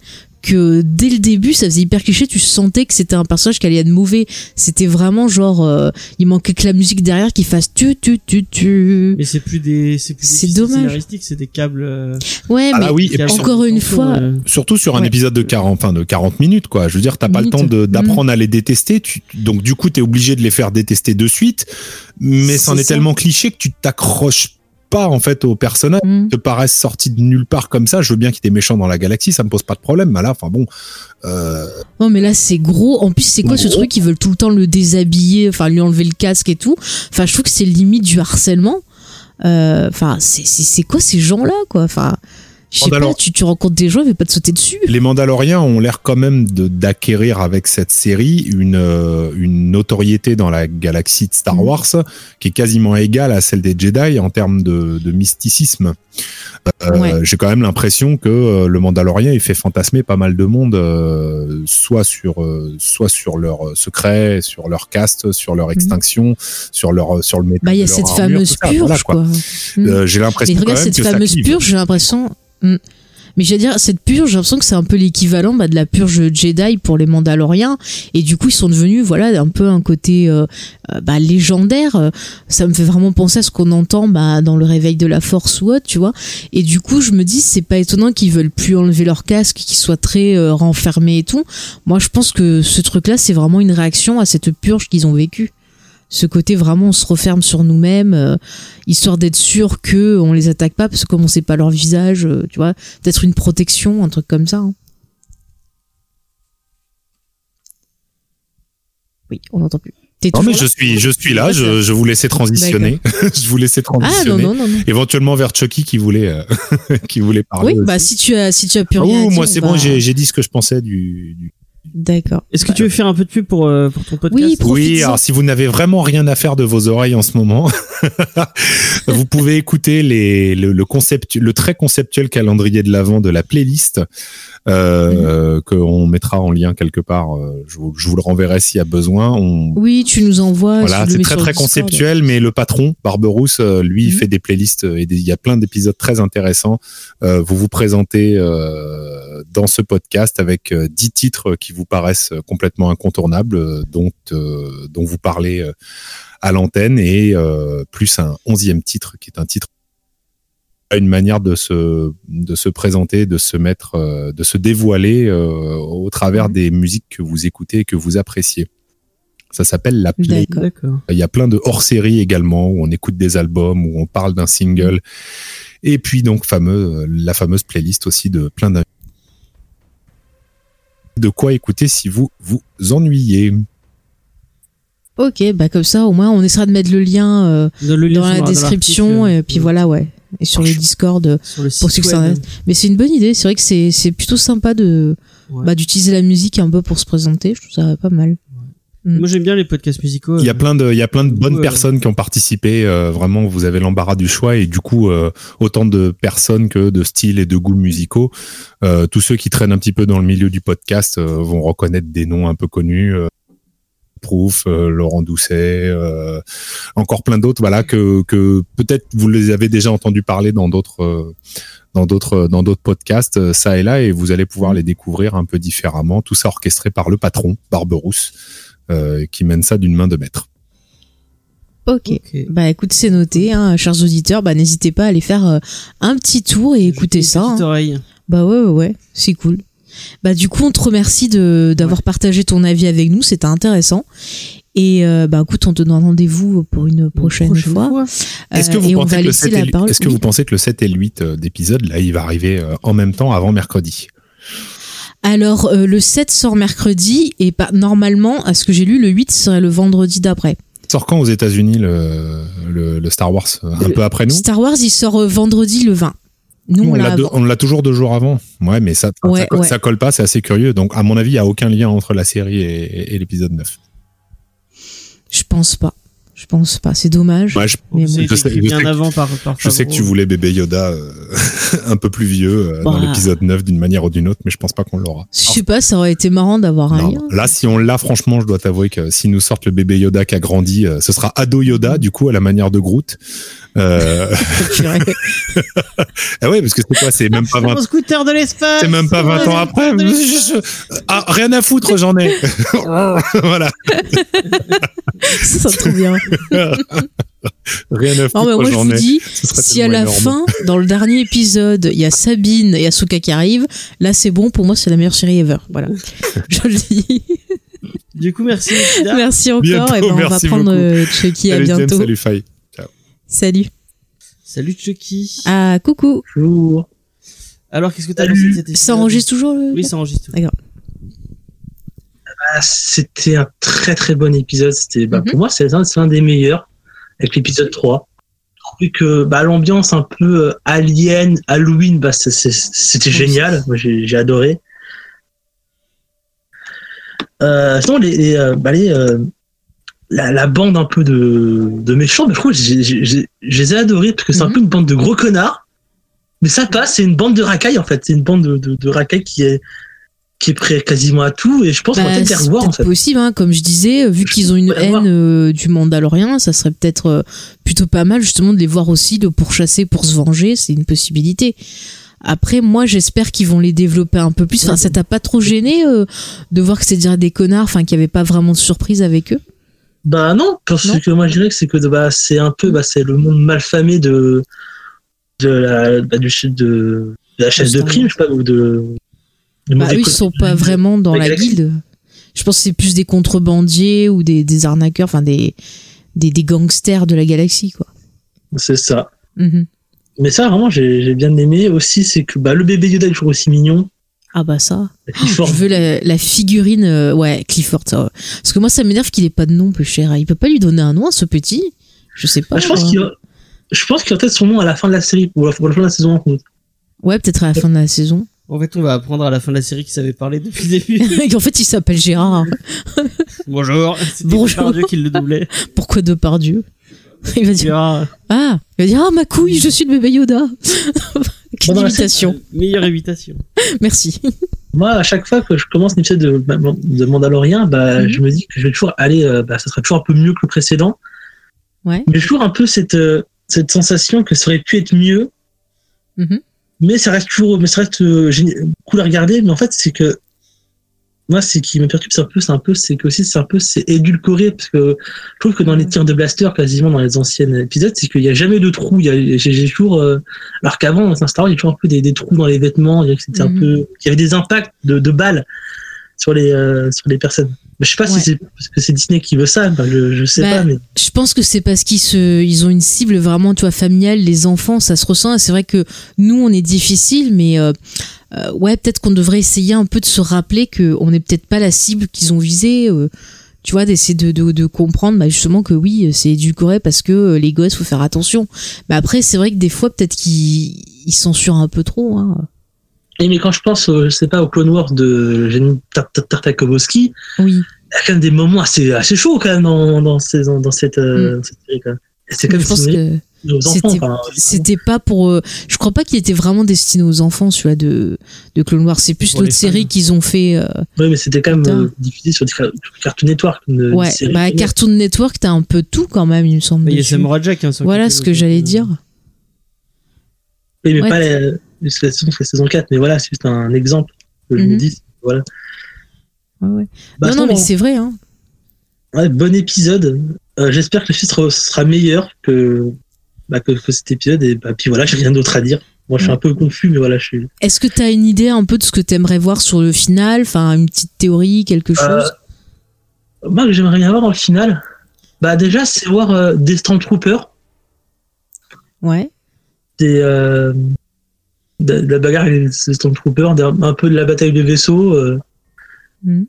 que dès le début ça faisait hyper cliché, tu sentais que c'était un personnage qui allait être mauvais, c'était vraiment genre euh, il manquait que la musique derrière qui fasse tu tu tu tu. Mais c'est plus des c'est plus c'est des dommage, scénaristiques, c'est des câbles euh... ouais ah mais oui, et encore une fois euh... surtout sur un ouais. épisode de quarante enfin de quarante minutes quoi, je veux dire t'as pas Minute. le temps de, d'apprendre mmh. à les détester, tu, donc du coup t'es obligé de les faire détester de suite, mais c'en est, est tellement cliché que tu t'accroches pas en fait aux personnages mmh. qui te paraissent sortis de nulle part comme ça. Je veux bien qu'il y ait des méchants dans la galaxie, ça me pose pas de problème, mais là enfin bon euh... non mais là c'est gros, en plus c'est quoi gros. Ce truc, ils veulent tout le temps le déshabiller, enfin lui enlever le casque et tout, enfin je trouve que c'est limite du harcèlement, enfin euh, c'est, c'est, c'est quoi ces gens là quoi, enfin je sais pas, tu, tu rencontres des gens, ils veulent pas te sauter dessus. Les Mandaloriens ont l'air quand même de, d'acquérir avec cette série une, euh, une notoriété dans la galaxie de Star Wars mmh. qui est quasiment égale à celle des Jedi en termes de, de mysticisme. Euh, ouais. J'ai quand même l'impression que euh, le Mandalorien il fait fantasmer pas mal de monde, euh, soit sur euh, soit sur leurs secrets, sur leur caste, sur leur extinction, mmh. sur leur sur le métal. Bah il y a cette armure, fameuse purge voilà, quoi. quoi. Mmh. Euh, j'ai l'impression mais quand regarde même cette que fameuse purge, j'ai l'impression. Mmh. Mais je veux dire, cette purge, j'ai l'impression que c'est un peu l'équivalent bah, de la purge Jedi pour les Mandaloriens, et du coup ils sont devenus voilà un peu un côté euh, bah, légendaire. Ça me fait vraiment penser à ce qu'on entend bah, dans le réveil de la Force ou autre, tu vois. Et du coup je me dis c'est pas étonnant qu'ils veulent plus enlever leur casque, qu'ils soient très euh, renfermés et tout. Moi je pense que ce truc-là c'est vraiment une réaction à cette purge qu'ils ont vécue. Ce côté vraiment on se referme sur nous-mêmes euh, histoire d'être sûr que on les attaque pas, parce que comme on sait pas leur visage, euh, tu vois, peut-être une protection, un truc comme ça hein. Oui, on n'entend plus. T'es non mais là je suis je suis là, je, je vous laissais transitionner. je vous laissais transitionner. Ah, non, non, non, non. Éventuellement vers Chucky qui voulait euh, qui voulait parler. Oui, aussi. bah si tu as si tu as plus ah, rien oui, à dire, moi c'est bah... bon, j'ai j'ai dit ce que je pensais du, du... D'accord. Est-ce que bah, tu veux faire un peu de pub pour, euh, pour ton podcast? Oui, oui, alors si vous n'avez vraiment rien à faire de vos oreilles en ce moment, vous pouvez écouter les, le, le, concept, le très conceptuel calendrier de l'Avent de la playlist, euh, mmh. qu'on mettra en lien quelque part. Je vous, je vous le renverrai s'il y a besoin. On... Oui, tu nous envoies. Voilà, c'est très très conceptuel, mais le patron, Barberousse, lui, mmh. il fait des playlists et des, il y a plein d'épisodes très intéressants. Euh, vous vous présentez euh, dans ce podcast avec euh, dix titres qui vous paraissent complètement incontournables, euh, dont, euh, dont vous parlez euh, à l'antenne, et euh, plus un onzième titre qui est un titre, une manière de se de se présenter, de se mettre, euh, de se dévoiler euh, au travers mmh. des musiques que vous écoutez et que vous appréciez. Ça s'appelle la play. D'accord. Il y a plein de hors-séries également où on écoute des albums, où on parle d'un single, et puis donc fameux la fameuse playlist aussi de plein d'invités. De quoi écouter si vous vous ennuyez. Ok, bah comme ça au moins on essaiera de mettre le lien, euh, dans, le lien dans la description dans et puis ouais. voilà ouais. Et sur le Discord sur le pour ceux qui s'en mais c'est une bonne idée, c'est vrai que c'est c'est plutôt sympa de ouais. bah d'utiliser la musique un peu pour se présenter, je trouve ça pas mal. Mm. Moi j'aime bien les podcasts musicaux. Il y a plein de il y a plein de bonnes ouais. personnes qui ont participé, euh, vraiment vous avez l'embarras du choix, et du coup euh, autant de personnes que de styles et de goûts musicaux. Euh, tous ceux qui traînent un petit peu dans le milieu du podcast euh, vont reconnaître des noms un peu connus. Euh, Proof, euh, Laurent Doucet, euh, encore plein d'autres, voilà, que que peut-être vous les avez déjà entendu parler dans d'autres euh, dans d'autres dans d'autres podcasts, euh, ça et là, et vous allez pouvoir les découvrir un peu différemment. Tout ça orchestré par le patron Barberousse, euh, qui mène ça d'une main de maître. Ok, okay. Bah écoute, c'est noté, hein, chers auditeurs, bah n'hésitez pas à aller faire euh, un petit tour et écouter ça. Hein. Oreille. Bah ouais, ouais, ouais, c'est cool. Bah du coup on te remercie de d'avoir ouais. partagé ton avis avec nous, c'était intéressant, et euh, bah écoute on te donne rendez-vous pour une prochaine, une prochaine fois, fois. Euh, est-ce que vous pensez que le sept et, est-ce que oui. vous pensez que le sept et le huit d'épisode là il va arriver euh, en même temps avant mercredi? Alors euh, le sept sort mercredi, et pas normalement à ce que j'ai lu le huit serait le vendredi d'après. Sort quand aux États-Unis le, le le Star Wars, un peu après nous? Star Wars il sort euh, vendredi le vingt. Nous, on, on, l'a de, on l'a toujours deux jours avant. Ouais, mais ça, ouais, ça, colle, ouais. ça colle pas, c'est assez curieux. Donc, à mon avis, il n'y a aucun lien entre la série et, et, et l'épisode neuf. Je pense pas. Je pense pas. C'est dommage. Ouais, je, mais c'est je, sais, je, bien sais, avant par, par je sais que tu voulais bébé Yoda euh, un peu plus vieux euh, bah. dans l'épisode neuf d'une manière ou d'une autre, mais je pense pas qu'on l'aura. Je sais pas, ça aurait été marrant d'avoir un non, lien. Là, si on l'a, franchement, je dois t'avouer que si nous sortent le bébé Yoda qui a grandi, euh, ce sera ado Yoda, du coup, à la manière de Groot. Euh... ah ouais, parce que c'est quoi, c'est même pas vingt. Mon scooter de l'espace. C'est même pas vingt ans après. Ah, rien à foutre, j'en ai. Voilà. Ça sent trop bien. Rien à foutre, non, mais moi, j'en je vous ai. dis, si à la énorme. fin, dans le dernier épisode, il y a Sabine et Asuka qui arrivent, là, c'est bon. Pour moi, c'est la meilleure série ever. Voilà. Je le dis. Du coup, merci. Linda. Merci encore. Bientôt, et ben, on va merci prendre beaucoup. euh, Chucky. À Salut, James, bientôt. salut Faye. Salut. Salut Chucky. Ah, coucou. Bonjour. Alors, qu'est-ce que t'as pensé de cet épisode? Ça enregistre toujours le... Oui, ça enregistre. D'accord. Ah, c'était un très très bon épisode. C'était, bah, Mm-hmm. pour moi, c'est un, c'est un des meilleurs avec l'épisode trois. Je trouvais que bah, l'ambiance un peu euh, alien, Halloween, bah, c'est, c'est, c'était Oui. génial. Moi, j'ai, j'ai adoré. Euh, sinon, les, les, euh, bah, les, euh, la, la bande un peu de, de méchants, bah, je trouve que j'ai, j'ai, j'ai, je les ai adorés parce que c'est Mhm. un peu une bande de gros connards. Mais ça passe, c'est une bande de racailles en fait. C'est une bande de, de, de racailles qui est, qui est prêt quasiment à tout. Et je pense qu'on va Bah, peut-être les c'est revoir en peut-être fait. possible, hein, comme je disais, vu qu'ils ont une Ouais, voir. haine euh, du Mandalorien, ça serait peut-être euh, plutôt pas mal justement de les voir aussi, de pourchasser pour se venger, c'est une possibilité. Après, moi, j'espère qu'ils vont les développer un peu plus. Enfin, ça t'a pas trop gêné euh, de voir que c'est déjà des connards, enfin, qu'il y avait pas vraiment de surprise avec eux? Bah non, parce Non. que moi je dirais que c'est que bah, c'est un peu bah, c'est le monde malfamé de de la bah, du de, de la chaise de Star prime, Wars. je sais pas, ou de, de Bah, mauvais eux, ils côté sont de- pas vraiment dans de la galaxie. guilde. Je pense que c'est plus des contrebandiers ou des, des arnaqueurs, enfin, des, des, des gangsters de la galaxie, quoi. C'est ça. Mhm. Mais ça vraiment j'ai j'ai bien aimé aussi, c'est que bah le bébé Yoda est toujours aussi mignon. Ah bah ça. Il Je veux la, la figurine, euh, ouais, Clifford, ça. Ouais. Parce que moi, ça m'énerve qu'il ait pas de nom, peu cher. Il peut pas lui donner un nom à ce petit? Je sais pas. Bah, je pense euh. qu'il a- je pense qu'il a peut-être son nom à la fin de la série ou à la, ou à la fin de la saison en compte. Ouais, peut-être à la fin de la saison. En fait, on va apprendre à la fin de la série qu'il savait parler depuis le début. Et en fait, il s'appelle Gérard. Bonjour. C'était Bonjour. Depardieu qui le doublait. Pourquoi Depardieu? Il va dire, Gérard. ah, il va dire, ah, ma couille, je suis le bébé Yoda. Quelle Bon, dans la imitation. Meilleure imitation. Merci. Moi, à chaque fois que je commence un épisode de, de Mandalorian, bah, Mhm. je me dis que je vais toujours aller, euh, bah, ça sera toujours un peu mieux que le précédent. Ouais. Mais j'ai toujours un peu cette, euh, cette sensation que ça aurait pu être mieux. Mhm. Mais ça reste toujours, mais ça reste euh, géni- cool à regarder. Mais en fait, c'est que, moi, ce qui me perturbe, c'est un peu, c'est un peu, c'est que aussi, c'est un peu, c'est édulcoré, parce que je trouve que dans les tirs de blaster, quasiment dans les anciens épisodes, c'est qu'il y a jamais de trous. Il y a, j'ai, j'ai toujours, euh, alors qu'avant, dans Star Wars, il y a toujours un peu des, des trous dans les vêtements. Il y a- C'était Mhm. un peu, il y avait des impacts de, de balles sur les, euh, sur les personnes. Mais je sais pas Ouais. si c'est parce que c'est Disney qui veut ça. Enfin, je, je sais Bah, pas, mais Je pense que c'est parce qu'ils se, ils ont une cible vraiment, tu vois, familiale. Les enfants, ça se ressent. Et c'est vrai que nous, on est difficile, mais euh, euh, ouais, peut-être qu'on devrait essayer un peu de se rappeler que on n'est peut-être pas la cible qu'ils ont visée. euh, tu vois, d'essayer de, de, de comprendre, bah, justement que oui, c'est édulcoré parce que euh, les gosses, faut faire attention. Mais après, c'est vrai que des fois, peut-être qu'ils ils censurent un peu trop. Hein. Et mais quand je pense, au- je sais pas, au Clone Wars de Jenny Tar- Tar- Tartakovsky, Oui. il y a quand même des moments assez, assez chauds quand même dans, dans, ces, dans cette, euh, cette série. Quand même. Et c'est quand Je même pense destiné que aux enfants. c'était, Enfin, c'était pas pour. euh, je crois pas qu'il était vraiment destiné aux enfants, celui-là de, de Clone Wars. C'est plus Pour les l'autre série fans. qu'ils ont fait. euh, oui, mais c'était quand même Putain. euh, diffusé sur des car- Cartoon Network. Une, une ouais, série bah géniale. Cartoon Network, t'as un peu tout quand même, il me semble. Il y a dessus. Samurai Jack. Hein, sur Voilà lequel ce que aussi, j'allais euh, dire. Oui, mais ouais. pas la, la saison, c'est la saison quatre. Mais voilà, c'est juste un exemple que je Mhm. vous dis. Voilà. Ouais, ouais. Bah, non, non, sinon, mais c'est vrai. Hein. ouais, bon épisode. Euh, j'espère que le film sera, sera meilleur que, bah, que, que cet épisode. Et bah, puis voilà, j'ai rien d'autre à dire. Moi, je suis Ouais. un peu confus, mais voilà, je suis. Est-ce que t'as une idée un peu de ce que t'aimerais voir sur le final? Enfin, une petite théorie, quelque chose? Euh, moi, que j'aimerais bien voir dans le final, bah déjà, c'est voir euh, des Stormtroopers, Ouais. des, euh, de, de la bagarre avec les Stormtroopers, d'un- un peu de la bataille de vaisseaux, euh, Mhm.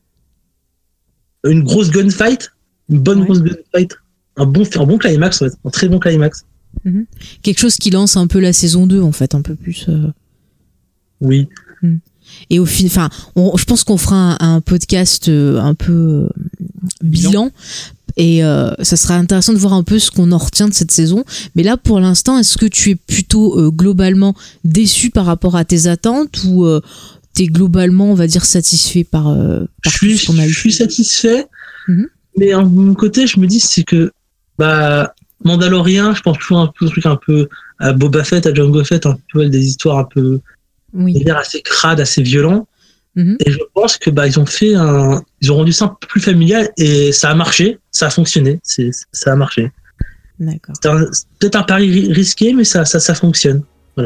une grosse gunfight, une bonne Ouais. grosse gunfight, un bon, un bon climax, en fait, un très bon climax. Quelque chose qui lance un peu la saison deux, en fait, un peu plus. euh. Oui. Et au final, enfin, on- je pense qu'on fera un, un podcast euh, un peu euh, bilan. Bilan. Et euh, ça sera intéressant de voir un peu ce qu'on en retient de cette saison. Mais là, pour l'instant, est-ce que tu es plutôt euh, globalement déçu par rapport à tes attentes ou euh, t'es globalement, on va dire, satisfait par, euh, Je par tout suis, ce qu'on a je eu? suis satisfait, Mhm. mais en mon côté, je me dis, c'est que, bah, Mandalorian, je pense toujours un peu truc un peu à Boba Fett, à Jango Fett, un peu des histoires un peu Oui. assez crades, assez violents. Mhm. Et je pense que bah ils ont fait un, ils ont rendu ça un peu plus familial et ça a marché, ça a fonctionné, c'est ça a marché. D'accord. C'est, un, c'est peut-être un pari ri- risqué, mais ça ça ça fonctionne.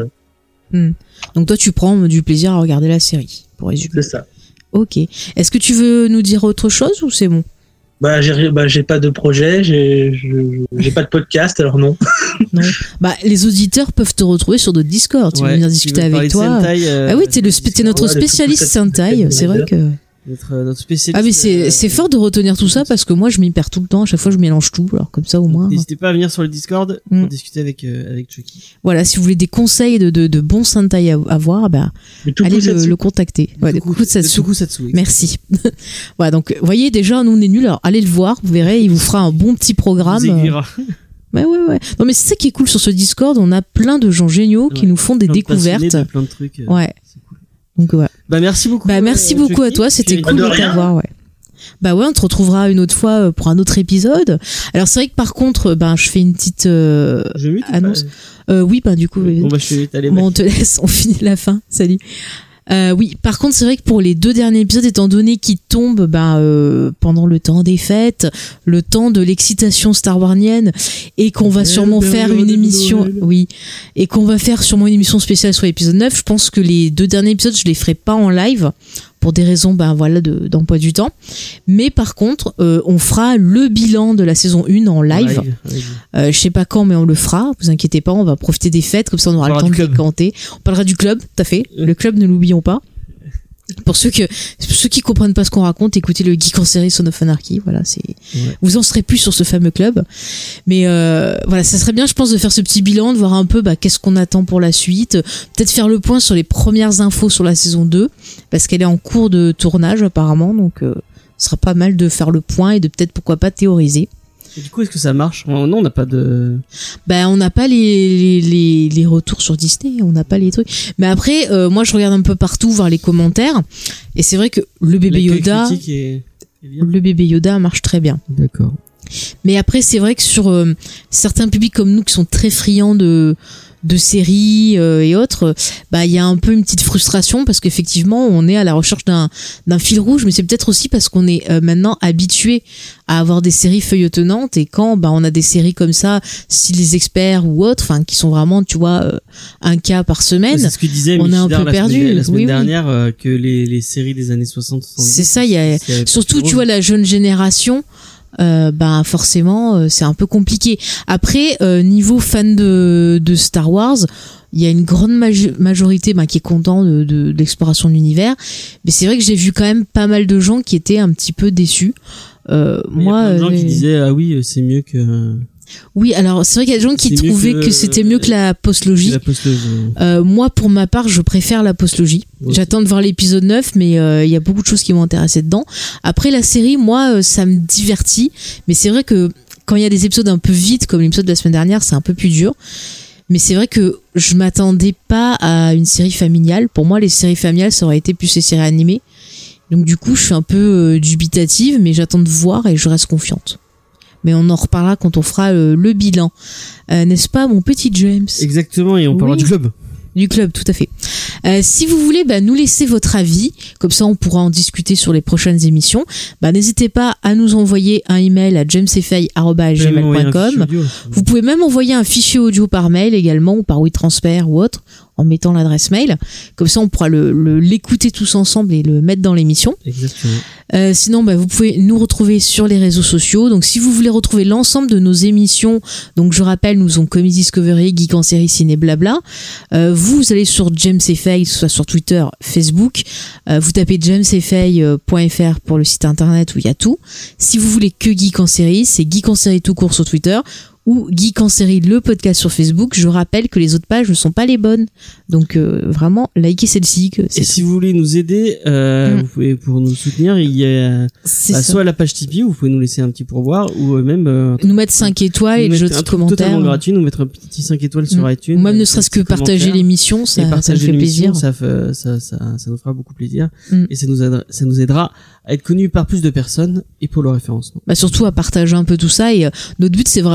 Hmm. Donc toi, tu prends du plaisir à regarder la série, pour résumer. C'est ça. Ok. Est-ce que tu veux nous dire autre chose ou c'est bon? Bah j'ai bah j'ai pas de projet, j'ai je- j'ai pas de podcast, alors non. Non. Bah, les auditeurs peuvent te retrouver sur notre Discord. Tu veux Ouais, venir tu discuter veux parler avec de toi. Sentai, euh, Ah oui, t'es le spé- t'es notre Ouais, de tout spécialiste ça, Sentai. tout ça, C'est vrai que. Notre, euh, notre spécialiste. Ah mais c'est euh, c'est fort de retenir tout ça parce que moi je m'y perds tout le temps. À chaque fois je mélange tout. Alors comme ça au moins. N'hésitez pas à venir sur le Discord Mm. pour discuter avec euh, avec Chucky. Voilà, si vous voulez des conseils de de, de bons Sentai à, à voir, bah Mais tout allez coup, ça le, dessus. le contacter. Ouais, de Toku- Tokusatsu. de Tokusatsu, oui. Merci. Voilà, donc vous voyez déjà nous on est nuls. Alors allez le voir, vous verrez, il vous fera un bon petit programme. Vous aiguillera. Ouais ouais ouais. Non mais c'est ça qui est cool sur ce Discord. On a plein de gens géniaux qui Ouais. nous font des Plein de passionnés découvertes. de plein de trucs. euh, Ouais. C'est cool. Donc ouais. Bah merci beaucoup. Bah merci euh, beaucoup à Chucky. toi, c'était Puis, cool de de rien. t'avoir, ouais. Bah ouais, on te retrouvera une autre fois euh, pour un autre épisode. Alors c'est vrai que par contre, ben je fais une petite euh, Je mute ou pas annonce. Euh, oui, bah du coup, Bon bah je suis allé. bon, on te laisse, on finit la fin. Salut. Euh, oui, par contre, c'est vrai que pour les deux derniers épisodes, étant donné qu'ils tombent ben, euh, pendant le temps des fêtes, le temps de l'excitation Star Warnienne, et qu'on va Noël, sûrement Noël, faire Noël, une émission, Noël. oui, et qu'on va faire sûrement une émission spéciale sur l'épisode neuf, je pense que les deux derniers épisodes, je les ferai pas en live, pour des raisons ben voilà de, d'emploi du temps. Mais par contre, euh, on fera le bilan de la saison un en live. live. Euh, je sais pas quand, mais on le fera. Vous inquiétez pas, on va profiter des fêtes, comme ça on aura On le parlera temps du de club. décanter. On parlera du club, tout à fait. Le club, ne l'oublions pas. Pour ceux que pour ceux qui comprennent pas ce qu'on raconte, écoutez le Geek en série Son of Anarchy. Voilà, c'est Ouais. vous en serez plus sur ce fameux club. Mais euh, voilà, ça serait bien, je pense, de faire ce petit bilan, de voir un peu bah, qu'est-ce qu'on attend pour la suite. Peut-être faire le point sur les premières infos sur la saison deux, parce qu'elle est en cours de tournage apparemment. Donc, euh, ce sera pas mal de faire le point et de peut-être pourquoi pas théoriser. Et du coup, est-ce que ça marche? Oh, non, on n'a pas de. Ben on n'a pas les, les les retours sur Disney, on n'a pas les trucs. Mais après, euh, moi je regarde un peu partout voir les commentaires, et c'est vrai que le bébé L'accueil Yoda, critique est- est bien. le bébé Yoda marche très bien. D'accord. Mais après, c'est vrai que sur euh, certains publics comme nous qui sont très friands de de séries euh, et autres, bah il y a un peu une petite frustration parce qu'effectivement on est à la recherche d'un d'un fil rouge, mais c'est peut-être aussi parce qu'on est euh, maintenant habitué à avoir des séries feuilletonnantes, et quand bah on a des séries comme ça, style Les Experts ou autres, enfin qui sont vraiment tu vois euh, un cas par semaine. C'est ce que disait on est un Michidar peu la perdu. semaine, la semaine Oui, oui. dernière, euh, que les, les séries des années soixante soixante-dix. C'est ça, il y a s'il y avait surtout plus de tu vois la jeune génération. Euh, bah forcément euh, c'est un peu compliqué. Après euh, niveau fan de, de Star Wars, il y a une grande maj- majorité bah, qui est content de, de, de l'exploration de l'univers, mais c'est vrai que j'ai vu quand même pas mal de gens qui étaient un petit peu déçus. Euh, Mais il y a moi, plein de gens euh, qui disaient ah oui c'est mieux que, oui, alors c'est vrai qu'il y a des gens qui C'est mieux trouvaient que- que, c'était mieux que la que postlogie. la postlogie. Euh, moi, pour ma part, je préfère la postlogie. Moi aussi. J'attends de voir l'épisode neuf, mais euh, il y a beaucoup de choses qui m'ont intéressé dedans. Après, la série, moi, euh, ça me divertit. Mais c'est vrai que quand il y a des épisodes un peu vides, comme l'épisode de la semaine dernière, c'est un peu plus dur. Mais c'est vrai que je m'attendais pas à une série familiale. Pour moi, les séries familiales, ça aurait été plus les séries animées. Donc du coup, je suis un peu euh, dubitative, mais j'attends de voir et je reste confiante. Mais on en reparlera quand on fera euh, le bilan. Euh, n'est-ce pas, mon petit James ? Exactement, et on parlera Oui. du club. Du club, tout à fait. Euh, si vous voulez bah, nous laisser votre avis, comme ça on pourra en discuter sur les prochaines émissions, bah, n'hésitez pas à nous envoyer un email à jamesfay arobase gmail point com. Vous pouvez même envoyer un fichier audio par mail également, ou par WeTransfer ou autre, en mettant l'adresse mail. Comme ça, on pourra le, le- l'écouter tous ensemble et le mettre dans l'émission. Exactement. Euh, sinon, bah, vous pouvez nous retrouver sur les réseaux sociaux. Donc, si vous voulez retrouver l'ensemble de nos émissions, donc je rappelle, nous avons Comedy Discovery, Geek en série, ciné, blabla. Euh, vous allez sur James et Faye, soit sur Twitter, Facebook. Euh, vous tapez james et faye point f r pour le site internet où il y a tout. Si vous voulez que Geek en série, c'est Geek en série tout court sur Twitter, ou Geek en série, le podcast sur Facebook. Je rappelle que les autres pages ne sont pas les bonnes. Donc, euh, vraiment, likez celle-ci. Que c'est Et si vous voulez nous aider, euh, Mm. vous pouvez, pour nous soutenir, il y a c'est bah, ça. soit la page Tipeee où vous pouvez nous laisser un petit pourboire, ou euh, même euh, Nous mettre cinq étoiles et nous les mettre un autres truc commentaires. totalement gratuit, nous mettre un petit cinq étoiles sur Mm. iTunes. Ou même ne avec serait-ce un que petit partager commentaire. l'émission, Et ça, ça me partager fait l'émission, plaisir. ça, fait, ça, ça, ça nous fera beaucoup plaisir. Mm. Et ça nous, aidera, ça nous aidera à être connus par plus de personnes et pour le référencement. Bah surtout à partager un peu tout ça, et euh, notre but c'est vraiment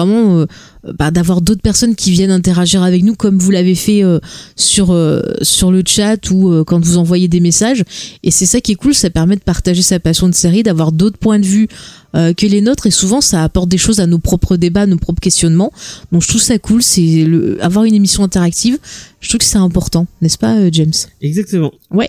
euh, bah, d'avoir d'autres personnes qui viennent interagir avec nous comme vous l'avez fait euh, sur euh, sur le chat ou euh, quand vous envoyez des messages. Et c'est ça qui est cool, ça permet de partager sa passion de série, d'avoir d'autres points de vue euh, que les nôtres, et souvent ça apporte des choses à nos propres débats, nos propres questionnements. Donc je trouve ça cool, c'est le, avoir une émission interactive, je trouve que c'est important, n'est-ce pas euh, James? Exactement. Ouais.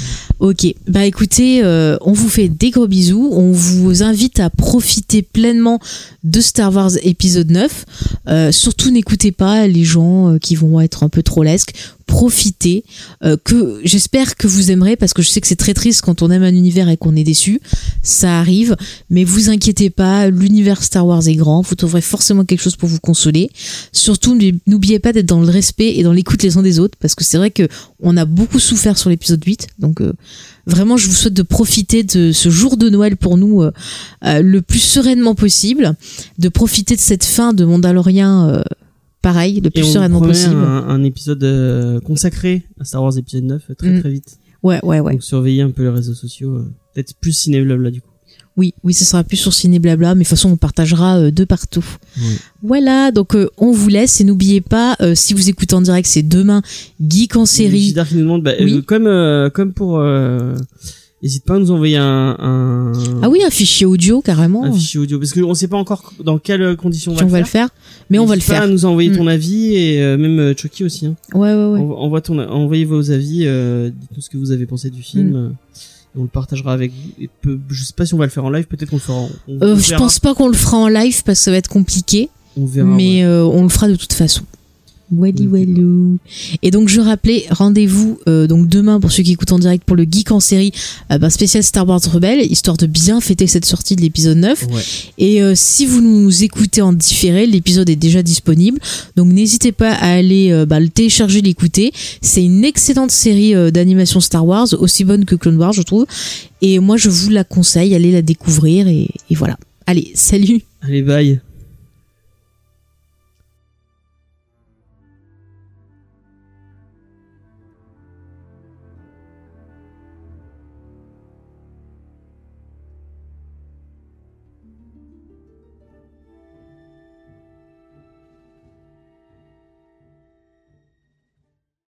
Ok, bah écoutez, euh, on vous fait des gros bisous, on vous invite à profiter pleinement de Star Wars épisode neuf. Euh, surtout n'écoutez pas les gens euh, qui vont être un peu trollesques. Profitez, euh, que j'espère que vous aimerez, parce que je sais que c'est très triste quand on aime un univers et qu'on est déçu, ça arrive, mais vous inquiétez pas, l'univers Star Wars est grand, vous trouverez forcément quelque chose pour vous consoler. Surtout n'oubliez pas d'être dans le respect et dans l'écoute les uns des autres, parce que c'est vrai que on a beaucoup souffert sur l'épisode huit, donc euh, vraiment je vous souhaite de profiter de ce jour de Noël pour nous euh, euh, le plus sereinement possible, de profiter de cette fin de Mandalorian euh, pareil, le plus sereinement possible. Un, un épisode euh, consacré à Star Wars épisode neuf très mmh. très vite. Ouais, ouais, ouais. Donc surveillez un peu les réseaux sociaux, euh, peut-être plus Ciné Blabla du coup. Oui, oui, ça sera plus sur Ciné Blabla, mais de toute façon on partagera euh, de partout. Oui. Voilà, donc euh, on vous laisse, et n'oubliez pas, euh, si vous écoutez en direct, c'est demain, Geek en série. Gidar qui nous demande, bah, oui. euh, comme euh, comme pour euh, n'hésite pas à nous envoyer un, un... Ah oui, un fichier audio, carrément. Un fichier audio, parce qu'on sait pas encore dans quelles conditions on va, on le, va faire. le faire. Mais on va le faire. N'hésite pas à nous envoyer ton mmh. avis, et euh, même euh, Chucky aussi. Hein. Ouais, ouais, ouais. On, envoie ton, envoyez vos avis, euh, dites-nous ce que vous avez pensé du film. Mmh. Euh, on le partagera avec vous. Et peu, je sais pas si on va le faire en live, peut-être qu'on le fera en... On, euh, on je pense pas qu'on le fera en live, parce que ça va être compliqué. On verra. Mais ouais. euh, on le fera de toute façon. Welly Wellou. Et donc je rappelais, rendez-vous euh, donc demain pour ceux qui écoutent en direct pour le Geek en série euh, bah, spécial Star Wars Rebelle, histoire de bien fêter cette sortie de l'épisode neuf. Ouais. Et euh, si vous nous écoutez en différé, l'épisode est déjà disponible, donc n'hésitez pas à aller euh, bah, le télécharger, l'écouter. C'est une excellente série euh, d'animation Star Wars, aussi bonne que Clone Wars je trouve, et moi je vous la conseille, allez la découvrir, et, et voilà. Allez, salut. Allez, bye.